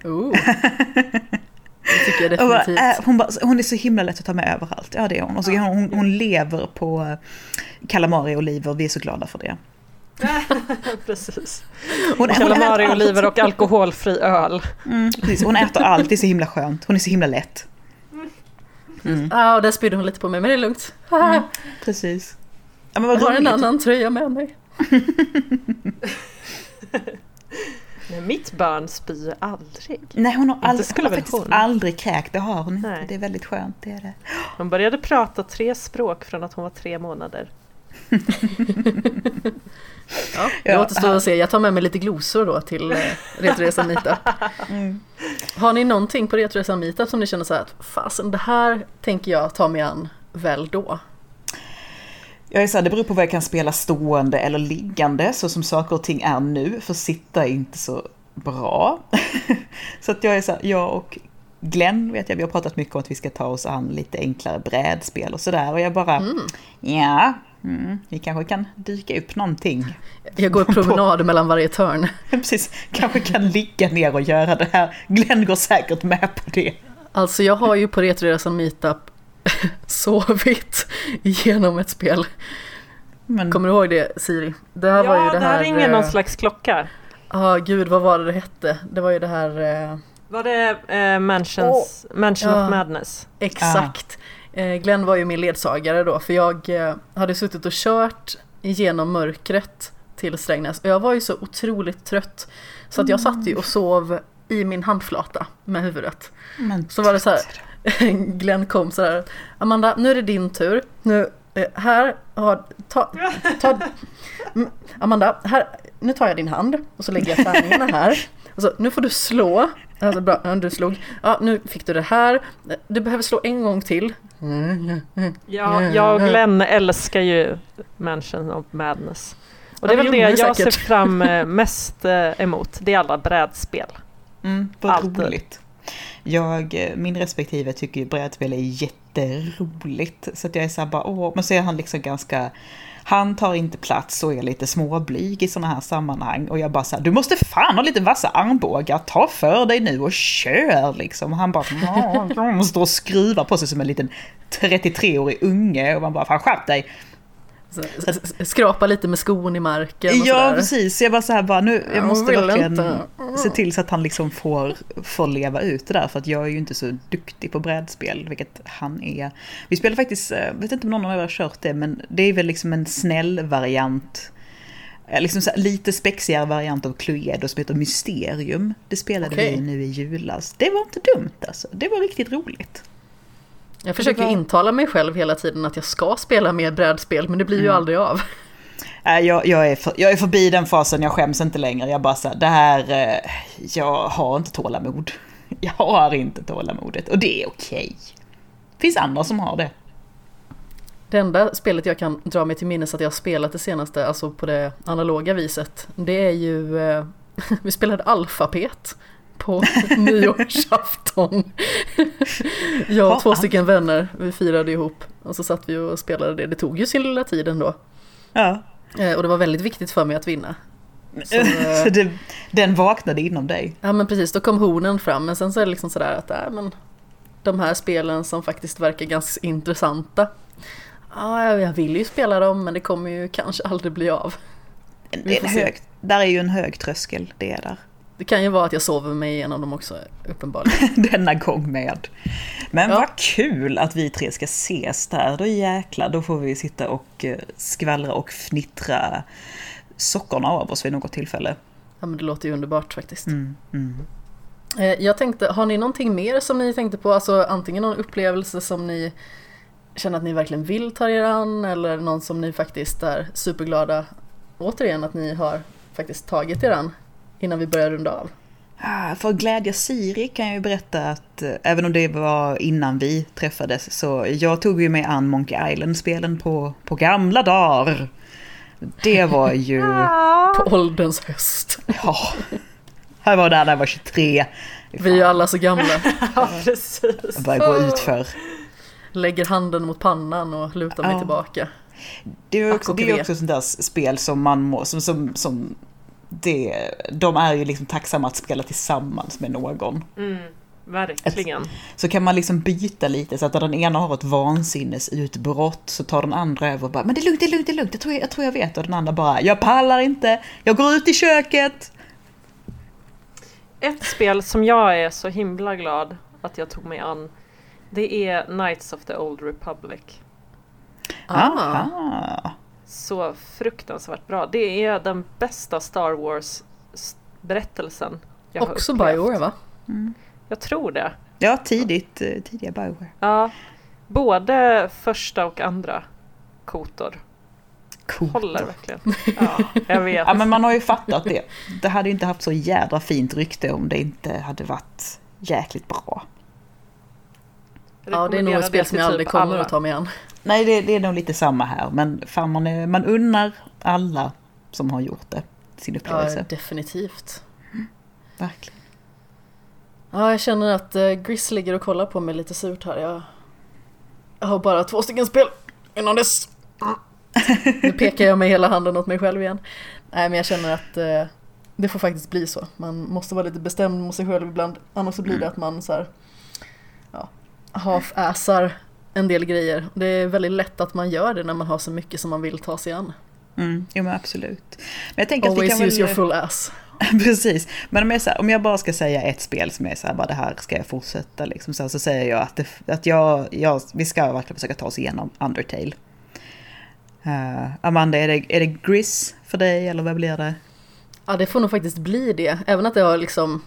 Det tycker jag definitivt. Hon är så himla lätt att ta med överallt. Ja, det är hon. Och så hon lever på calamari-oliver. Vi är så glada för det. Precis. Calamari-oliver och alkoholfri öl. Precis. Hon äter allt. Det är så himla skönt. Hon är så himla lätt. Ja, och där spydde hon lite på mig. Men det är lugnt. Precis. Ja, men jag har en annan tröja med mig. Men mitt barn spyr aldrig. Nej, hon har faktiskt aldrig kräkt. Det har hon inte. Nej. Det är väldigt skönt, det är det. Hon började prata 3 språk från att hon var 3 månader. Det återstår att se. Jag tar med mig lite glosor då till Retroresan Meetup. Har ni någonting på Retroresan Meetup som ni känner så här att fasen, det här tänker jag ta mig an väl då? Jag är så här, det beror på vad jag kan spela stående eller liggande, så som saker och ting är nu, för sitta är inte så bra. Så att jag är så här, jag och Glenn vet jag, vi har pratat mycket om att vi ska ta oss an lite enklare brädspel och sådär, och jag bara, vi kanske kan dyka upp någonting. Jag går promenad mellan varje törn. Precis, kanske kan ligga ner och göra det här. Glenn går säkert med på det. Alltså jag har ju på Retroresan Meetup sovit igenom ett spel. Kommer du ihåg det, Siri? Det här var ju det här. Det ringer någon slags klocka. Gud, vad var det hette? Det var ju det här. Var det Mansion of Madness? Exakt. Glenn var ju min ledsagare då, för jag hade suttit och kört igenom mörkret till Strängnäs och jag var ju så otroligt trött så att jag satt ju och sov i min handflata med huvudet. Men Så var det så här, Glenn kom så här, Amanda, nu är det din tur. Nu, här har, Amanda, här, nu tar jag din hand och så lägger jag tärningarna här. Och så, nu får du slå. Alltså, bra, du slog. Ja, nu fick du det här. Du behöver slå en gång till. Ja, jag och Glenn älskar ju Mansion of Madness. Och det är väl det jag ser fram mest emot. Det är alla brädspel. Vad roligt. Min respektive tycker ju brädspel är jätteroligt. Så att jag är så här bara, men så är han liksom ganska... Han tar inte plats och är lite småblyg i såna här sammanhang. Och jag bara så här, du måste fan ha lite vassa armbågar. Ta för dig nu och kör liksom. Och han bara, jag måste stå och skruva på sig som en liten 33-årig unge. Och man bara, fan skärp dig. Skrapa lite med skon i marken och ja, sådär. Precis. Så jag bara så här, jag måste verkligen se till så att han liksom får leva ut det där. För att jag är ju inte så duktig på brädspel, vilket han är. Vi spelar faktiskt, vet inte om någon av er har kört det, men det är väl liksom en snäll variant. Liksom så här, lite spexigare variant av Cluedo som heter Mysterium. Det spelade vi nu i julas. Det var inte dumt alltså. Det var riktigt roligt. Jag försöker intala mig själv hela tiden att jag ska spela mer brädspel, men det blir ju aldrig av. Jag är förbi den fasen, jag skäms inte längre. Jag bara så här, jag har inte tålamod. Jag har inte tålamodet och det är okej. Det finns andra som har det. Det enda spelet jag kan dra mig till minnes att jag har spelat det senaste, alltså på det analoga viset, det är ju, vi spelade Alfapet på nyårsafton. Jag och 2 stycken vänner, vi firade ihop och så satt vi och spelade det. Det tog ju sin lilla tid ändå. Ja. Och det var väldigt viktigt för mig att vinna. Så den vaknade inom dig. Ja men precis, då kom hornen fram. Men sen så är det liksom sådär att men de här spelen som faktiskt verkar ganska intressanta. Ja, jag vill ju spela dem, men det kommer ju kanske aldrig bli av. Där är ju en hög tröskel, det är där. Det kan ju vara att jag sover mig igenom dem också, uppenbarligen. Denna gång med. Men vad kul att vi 3 ska ses där. Då jäklar, då får vi sitta och skvallra och fnittra sockorna av oss vid något tillfälle. Ja, men det låter ju underbart faktiskt. Jag tänkte, har ni någonting mer som ni tänkte på? Alltså antingen någon upplevelse som ni känner att ni verkligen vill ta er an, eller någon som ni faktiskt är superglada återigen att ni har faktiskt tagit er an innan vi börjar runda av. För att glädja Siri kan jag ju berätta att även om det var innan vi träffades, så jag tog ju mig an Monkey Island-spelen på gamla dagar. Det var ju... På ålderns höst. Ja, här var där när jag var 23. Vi är ju alla så gamla. Ja, precis. Jag bara går ut för. Lägger handen mot pannan och lutar mig tillbaka. Det är också sånt där spel som man må, som de är ju liksom tacksamma att spela tillsammans med någon. Verkligen. Så kan man liksom byta lite så att den ena har ett vansinnesutbrott så tar den andra över och bara, men det är lugnt. Jag tror jag vet. Och den andra bara, jag pallar inte. Jag går ut i köket. Ett spel som jag är så himla glad att jag tog mig an, det är Knights of the Old Republic. Så fruktansvärt bra. Det är den bästa Star Wars-berättelsen jag har också upplevt. BioWare, va? Jag tror det. Ja, tidiga BioWare. Ja, både första och andra kotor. Coolt. Håller verkligen. Ja, jag vet. Ja, men man har ju fattat det. Det hade ju inte haft så jädra fint rykte om det inte hade varit jäkligt bra. Ja, det är nog ett spel som jag aldrig kommer att ta mig an. Nej, det är nog lite samma här. Men fan, man unnar alla som har gjort det sin upplevelse. Ja, definitivt. Verkligen. Ja, jag känner att Gris ligger och kollar på mig lite surt här. Jag har bara 2 stycken spel innan dess. Nu pekar jag med hela handen åt mig själv igen. Nej, men jag känner att det får faktiskt bli så. Man måste vara lite bestämd mot sig själv ibland. Annars så blir det att man så här, half-assar en del grejer. Det är väldigt lätt att man gör det när man har så mycket som man vill ta sig an. Jo, men absolut. Men jag tänker always att vi kan use your full ass. Precis. Men om jag bara ska säga ett spel som är så här, bara det här ska jag fortsätta liksom, så säger jag att vi ska verkligen försöka ta oss igenom Undertale. Amanda, är det Gris för dig eller vad blir det? Ja, det får nog faktiskt bli det. Även att det har liksom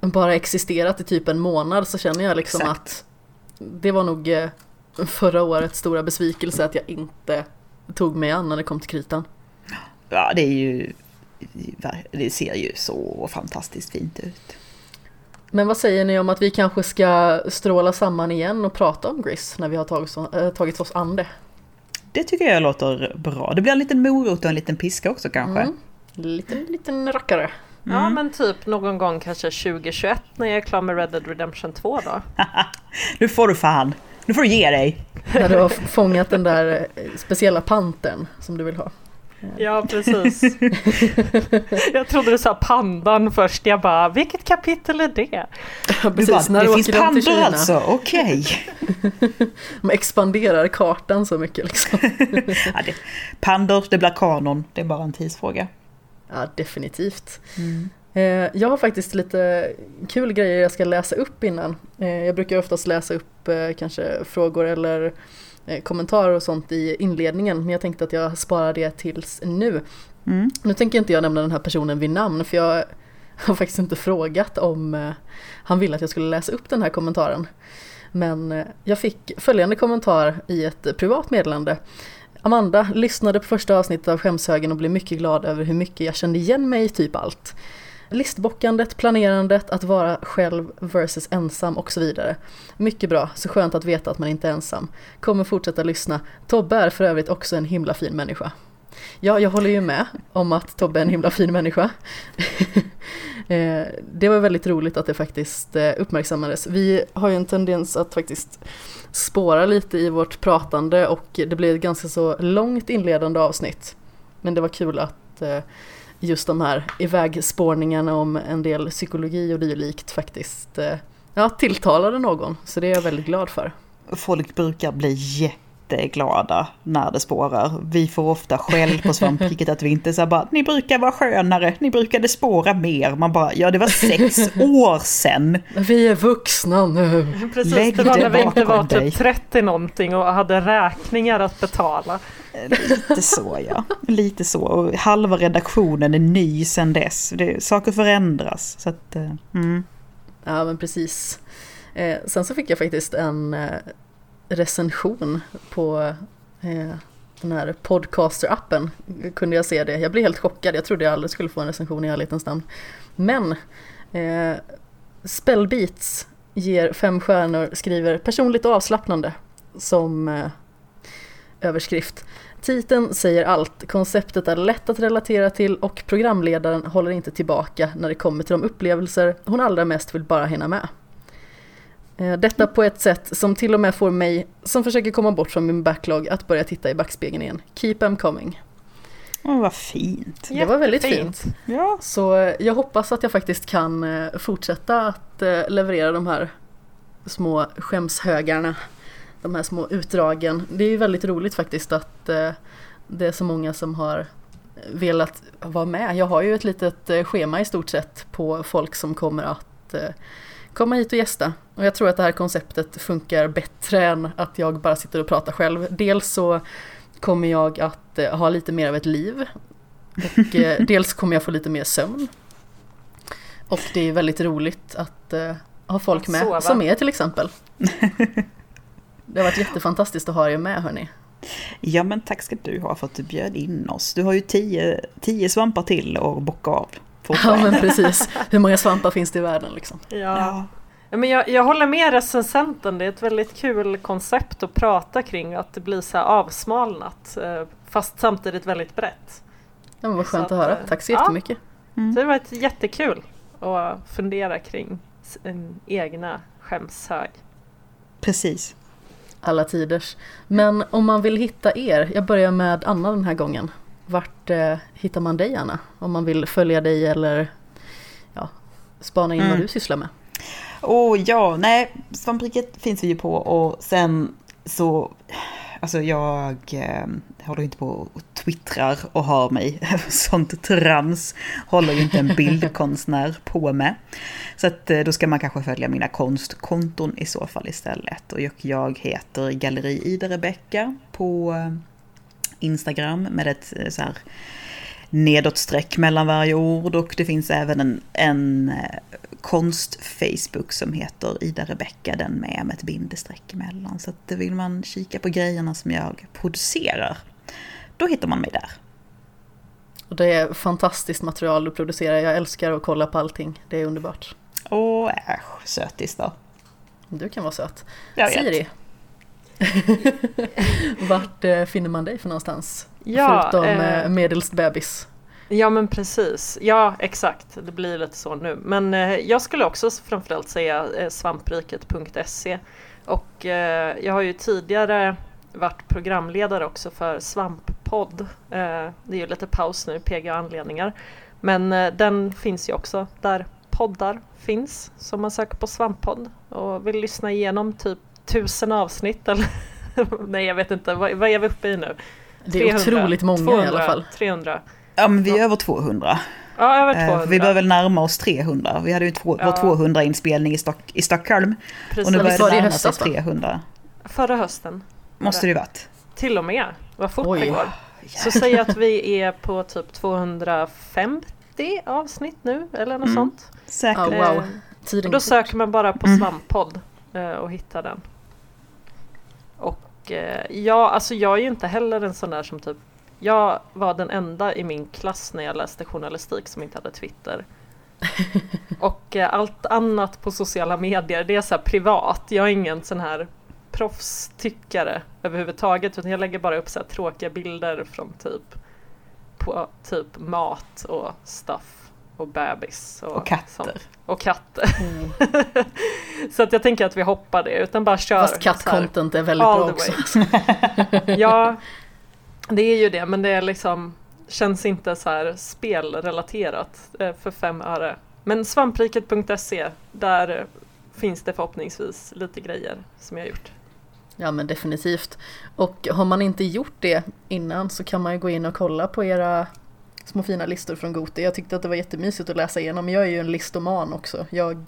bara existerat i typ en månad så känner jag liksom att det var nog förra årets stora besvikelse att jag inte tog mig an när det kom till kritan. Ja, det ser ju så fantastiskt fint ut. Men vad säger ni om att vi kanske ska stråla samman igen och prata om Gris när vi har tagit oss an det? Det tycker jag låter bra. Det blir en liten morot och en liten piska också kanske. Liten rackare. Ja, men typ någon gång kanske 2021 när jag är klar med Red Dead Redemption 2 då. Nu får du fan. Nu får du ge dig. När du har fångat den där speciella panten som du vill ha. Ja, precis. Jag trodde du sa pandan först. Jag bara, vilket kapitel är det? Ja, precis. Bara, det finns pandor alltså, okej. Man expanderar kartan så mycket liksom. Ja, pandor, det blir kanon. Det är bara en tidsfråga. Ja, definitivt. Jag har faktiskt lite kul grejer jag ska läsa upp innan. Jag brukar oftast läsa upp kanske frågor eller kommentarer och sånt i inledningen, men jag tänkte att jag sparar det tills nu. Nu tänker inte jag nämna den här personen vid namn, för jag har faktiskt inte frågat om han ville att jag skulle läsa upp den här kommentaren. Men jag fick följande kommentar i ett privat meddelande. Amanda lyssnade på första avsnittet av Skämshögen och blev mycket glad över hur mycket jag kände igen mig i typ allt. Listbockandet, planerandet, att vara själv versus ensam och så vidare. Mycket bra, så skönt att veta att man inte är ensam. Kommer fortsätta lyssna. Tobbe är för övrigt också en himla fin människa. Ja, jag håller ju med om att Tobbe är en himla fin människa. Det var väldigt roligt att det faktiskt uppmärksammades. Vi har ju en tendens att faktiskt spåra lite i vårt pratande och det blev ett ganska så långt inledande avsnitt. Men det var kul att just de här ivägspårningarna om en del psykologi och dylikt faktiskt tilltalade någon. Så det är jag väldigt glad för. Folk brukar bli jätteglada när det spårar. Vi får ofta skäll på svampriket att vi inte så bara, ni brukar vara skönare, ni brukade spåra mer. Man bara, ja det var 6 år sedan. Vi är vuxna nu. Precis, lägg det var när vi inte var typ 30 någonting och hade räkningar att betala. Lite så, ja. Lite så. Och halva redaktionen är ny sedan dess. Saker förändras. Så att, Ja, men precis. Sen så fick jag faktiskt en recension på den här podcaster-appen. Kunde jag se det. Jag blev helt chockad. Jag trodde jag aldrig skulle få en recension i ärlighetens namn. Men Spellbeats ger 5 stjärnor, skriver personligt och avslappnande som överskrift. Titeln säger allt, konceptet är lätt att relatera till och programledaren håller inte tillbaka när det kommer till de upplevelser hon allra mest vill bara hinna med. Detta på ett sätt som till och med får mig, som försöker komma bort från min backlog, att börja titta i backspegeln igen. Keep them coming. Vad fint. Det var väldigt fint. Ja. Så jag hoppas att jag faktiskt kan fortsätta att leverera de här små skämshögarna. De här små utdragen. Det är ju väldigt roligt faktiskt att det är så många som har velat vara med. Jag har ju ett litet schema i stort sett på folk som kommer att komma hit och gästa. Och jag tror att det här konceptet funkar bättre än att jag bara sitter och pratar själv. Dels så kommer jag att ha lite mer av ett liv. Och dels kommer jag få lite mer sömn. Och det är väldigt roligt att ha folk med. Sova. Som är till exempel. Det har varit jättefantastiskt att ha er med, hörni. Ja, men tack ska du ha för att du bjöd in oss. Du har ju 10 svampar till och bocka av. Ja, men precis. Hur många svampar finns det i världen liksom? Ja. Men jag håller med recensenten. Det är ett väldigt kul koncept att prata kring. Att det blir så här avsmalnat. Fast samtidigt väldigt brett. Ja, men vad skönt att höra. Tack så jättemycket. Så det var jättekul att fundera kring en egna skämshög. Precis. Alla tiders. Men om man vill hitta er, jag börjar med Anna den här gången. Vart hittar man dig, Anna? Om man vill följa dig eller spana in vad du sysslar med. Svampriket finns vi ju på, och sen så, alltså jag håller inte på och twittrar och har mig sånt trams, håller ju inte en bildkonstnär på med. Så att då ska man kanske följa mina konstkonton i så fall istället. Och jag heter Galleri Ida Rebecka på Instagram med ett så här nedåtsträck mellan varje ord, och det finns även en konst-Facebook som heter Ida Rebecka, den med ett bindestreck emellan. Så att vill man kika på grejerna som jag producerar, då hittar man mig där. Och det är fantastiskt material du producerar. Jag älskar att kolla på allting. Det är underbart. Sötis då. Du kan vara söt. Jag Siri. Vart finner man dig för någonstans? Ja, förutom medelst bebis. Ja, men precis. Ja, exakt. Det blir lite så nu. Men jag skulle också framförallt säga svampriket.se. Och jag har ju tidigare varit programledare också för Svamppodd. Det är ju lite paus nu, PGA anledningar. Men den finns ju också där poddar finns. Så man söker på Svamppodd och vill lyssna igenom typ 1000 avsnitt. Eller nej, jag vet inte. Vad är vi uppe i nu? Det är 300, otroligt många 200, i alla fall. 300. Ja, men vi är över 200. Ja, över 200. Vi börjar väl närma oss 300. Vi hade ju vår 200-inspelning i Stockholm. Precis. Och nu börjar det närma sig höstas, 300. Förra hösten. Måste det ju varit. Till och med. Vad fort Oj. det går. Så säg att vi är på typ 250 avsnitt nu. Eller något sånt. Säkert. Wow. Och då söker man bara på Svamppodd och hittar den. Och alltså jag är ju inte heller en sån där som typ... Jag var den enda i min klass när jag läste journalistik som inte hade Twitter. Och allt annat på sociala medier, det är så här privat. Jag är ingen sån här proffstyckare överhuvudtaget, utan jag lägger bara upp så här tråkiga bilder från typ mat och stuff och bebis och katter. Sånt. Och katter. Så att jag tänker att vi hoppar det, utan bara kör. Fast kattcontent är väldigt bra också. Ja, det är ju det, men det är liksom känns inte så här spelrelaterat för 5 öre. Men svampriket.se, där finns det förhoppningsvis lite grejer som jag har gjort. Ja, men definitivt. Och har man inte gjort det innan så kan man ju gå in och kolla på era små fina listor från Goti. Jag tyckte att det var jättemysigt att läsa igenom. Jag är ju en listoman också. Jag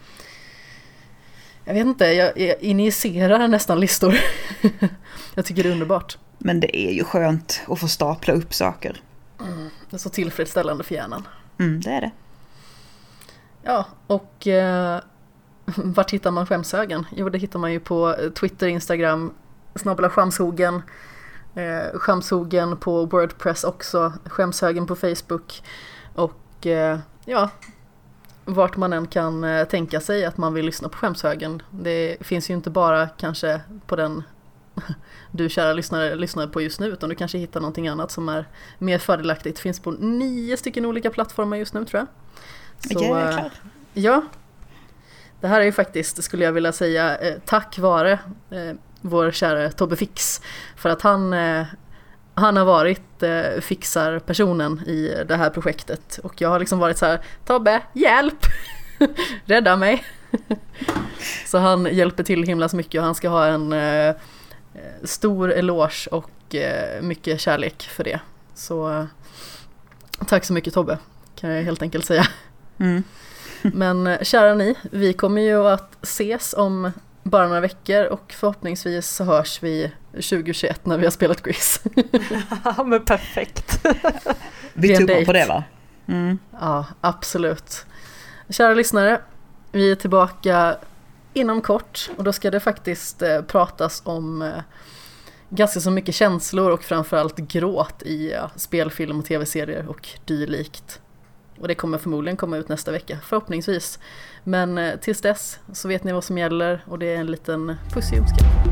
vet inte, jag initierar nästan listor. Jag tycker det är underbart. Men det är ju skönt att få stapla upp saker. Det är så tillfredsställande för hjärnan. Det är det. Ja, och vart hittar man Skämshögen? Jo, det hittar man ju på Twitter, Instagram, @Skämshogen, Skämshogen på WordPress också, Skämshögen på Facebook. Och ja, vart man än kan tänka sig att man vill lyssna på Skämshögen. Det finns ju inte bara kanske på den du kära lyssnar på just nu, utan du kanske hittar någonting annat som är mer fördelaktigt. Det finns på 9 stycken olika plattformar just nu, tror jag. Så, ja, det här är ju faktiskt, skulle jag vilja säga, tack vare vår kära Tobbe Fix, för att han har varit fixarpersonen i det här projektet, och jag har liksom varit så här: Tobbe, hjälp! Rädda mig! Så han hjälper till himla så mycket, och han ska ha en stor eloge och mycket kärlek för det. Så tack så mycket, Tobbe, kan jag helt enkelt säga. Men kära ni, vi kommer ju att ses om bara några veckor, och förhoppningsvis så hörs vi 2021 när vi har spelat quiz. Ja, men perfekt. Vi tummar på det, va? Ja, absolut. Kära lyssnare, vi är tillbaka inom kort, och då ska det faktiskt pratas om ganska så mycket känslor och framförallt gråt i spelfilm och tv-serier och dylikt. Och det kommer förmodligen komma ut nästa vecka, förhoppningsvis. Men tills dess så vet ni vad som gäller, och det är en liten puss i önskan.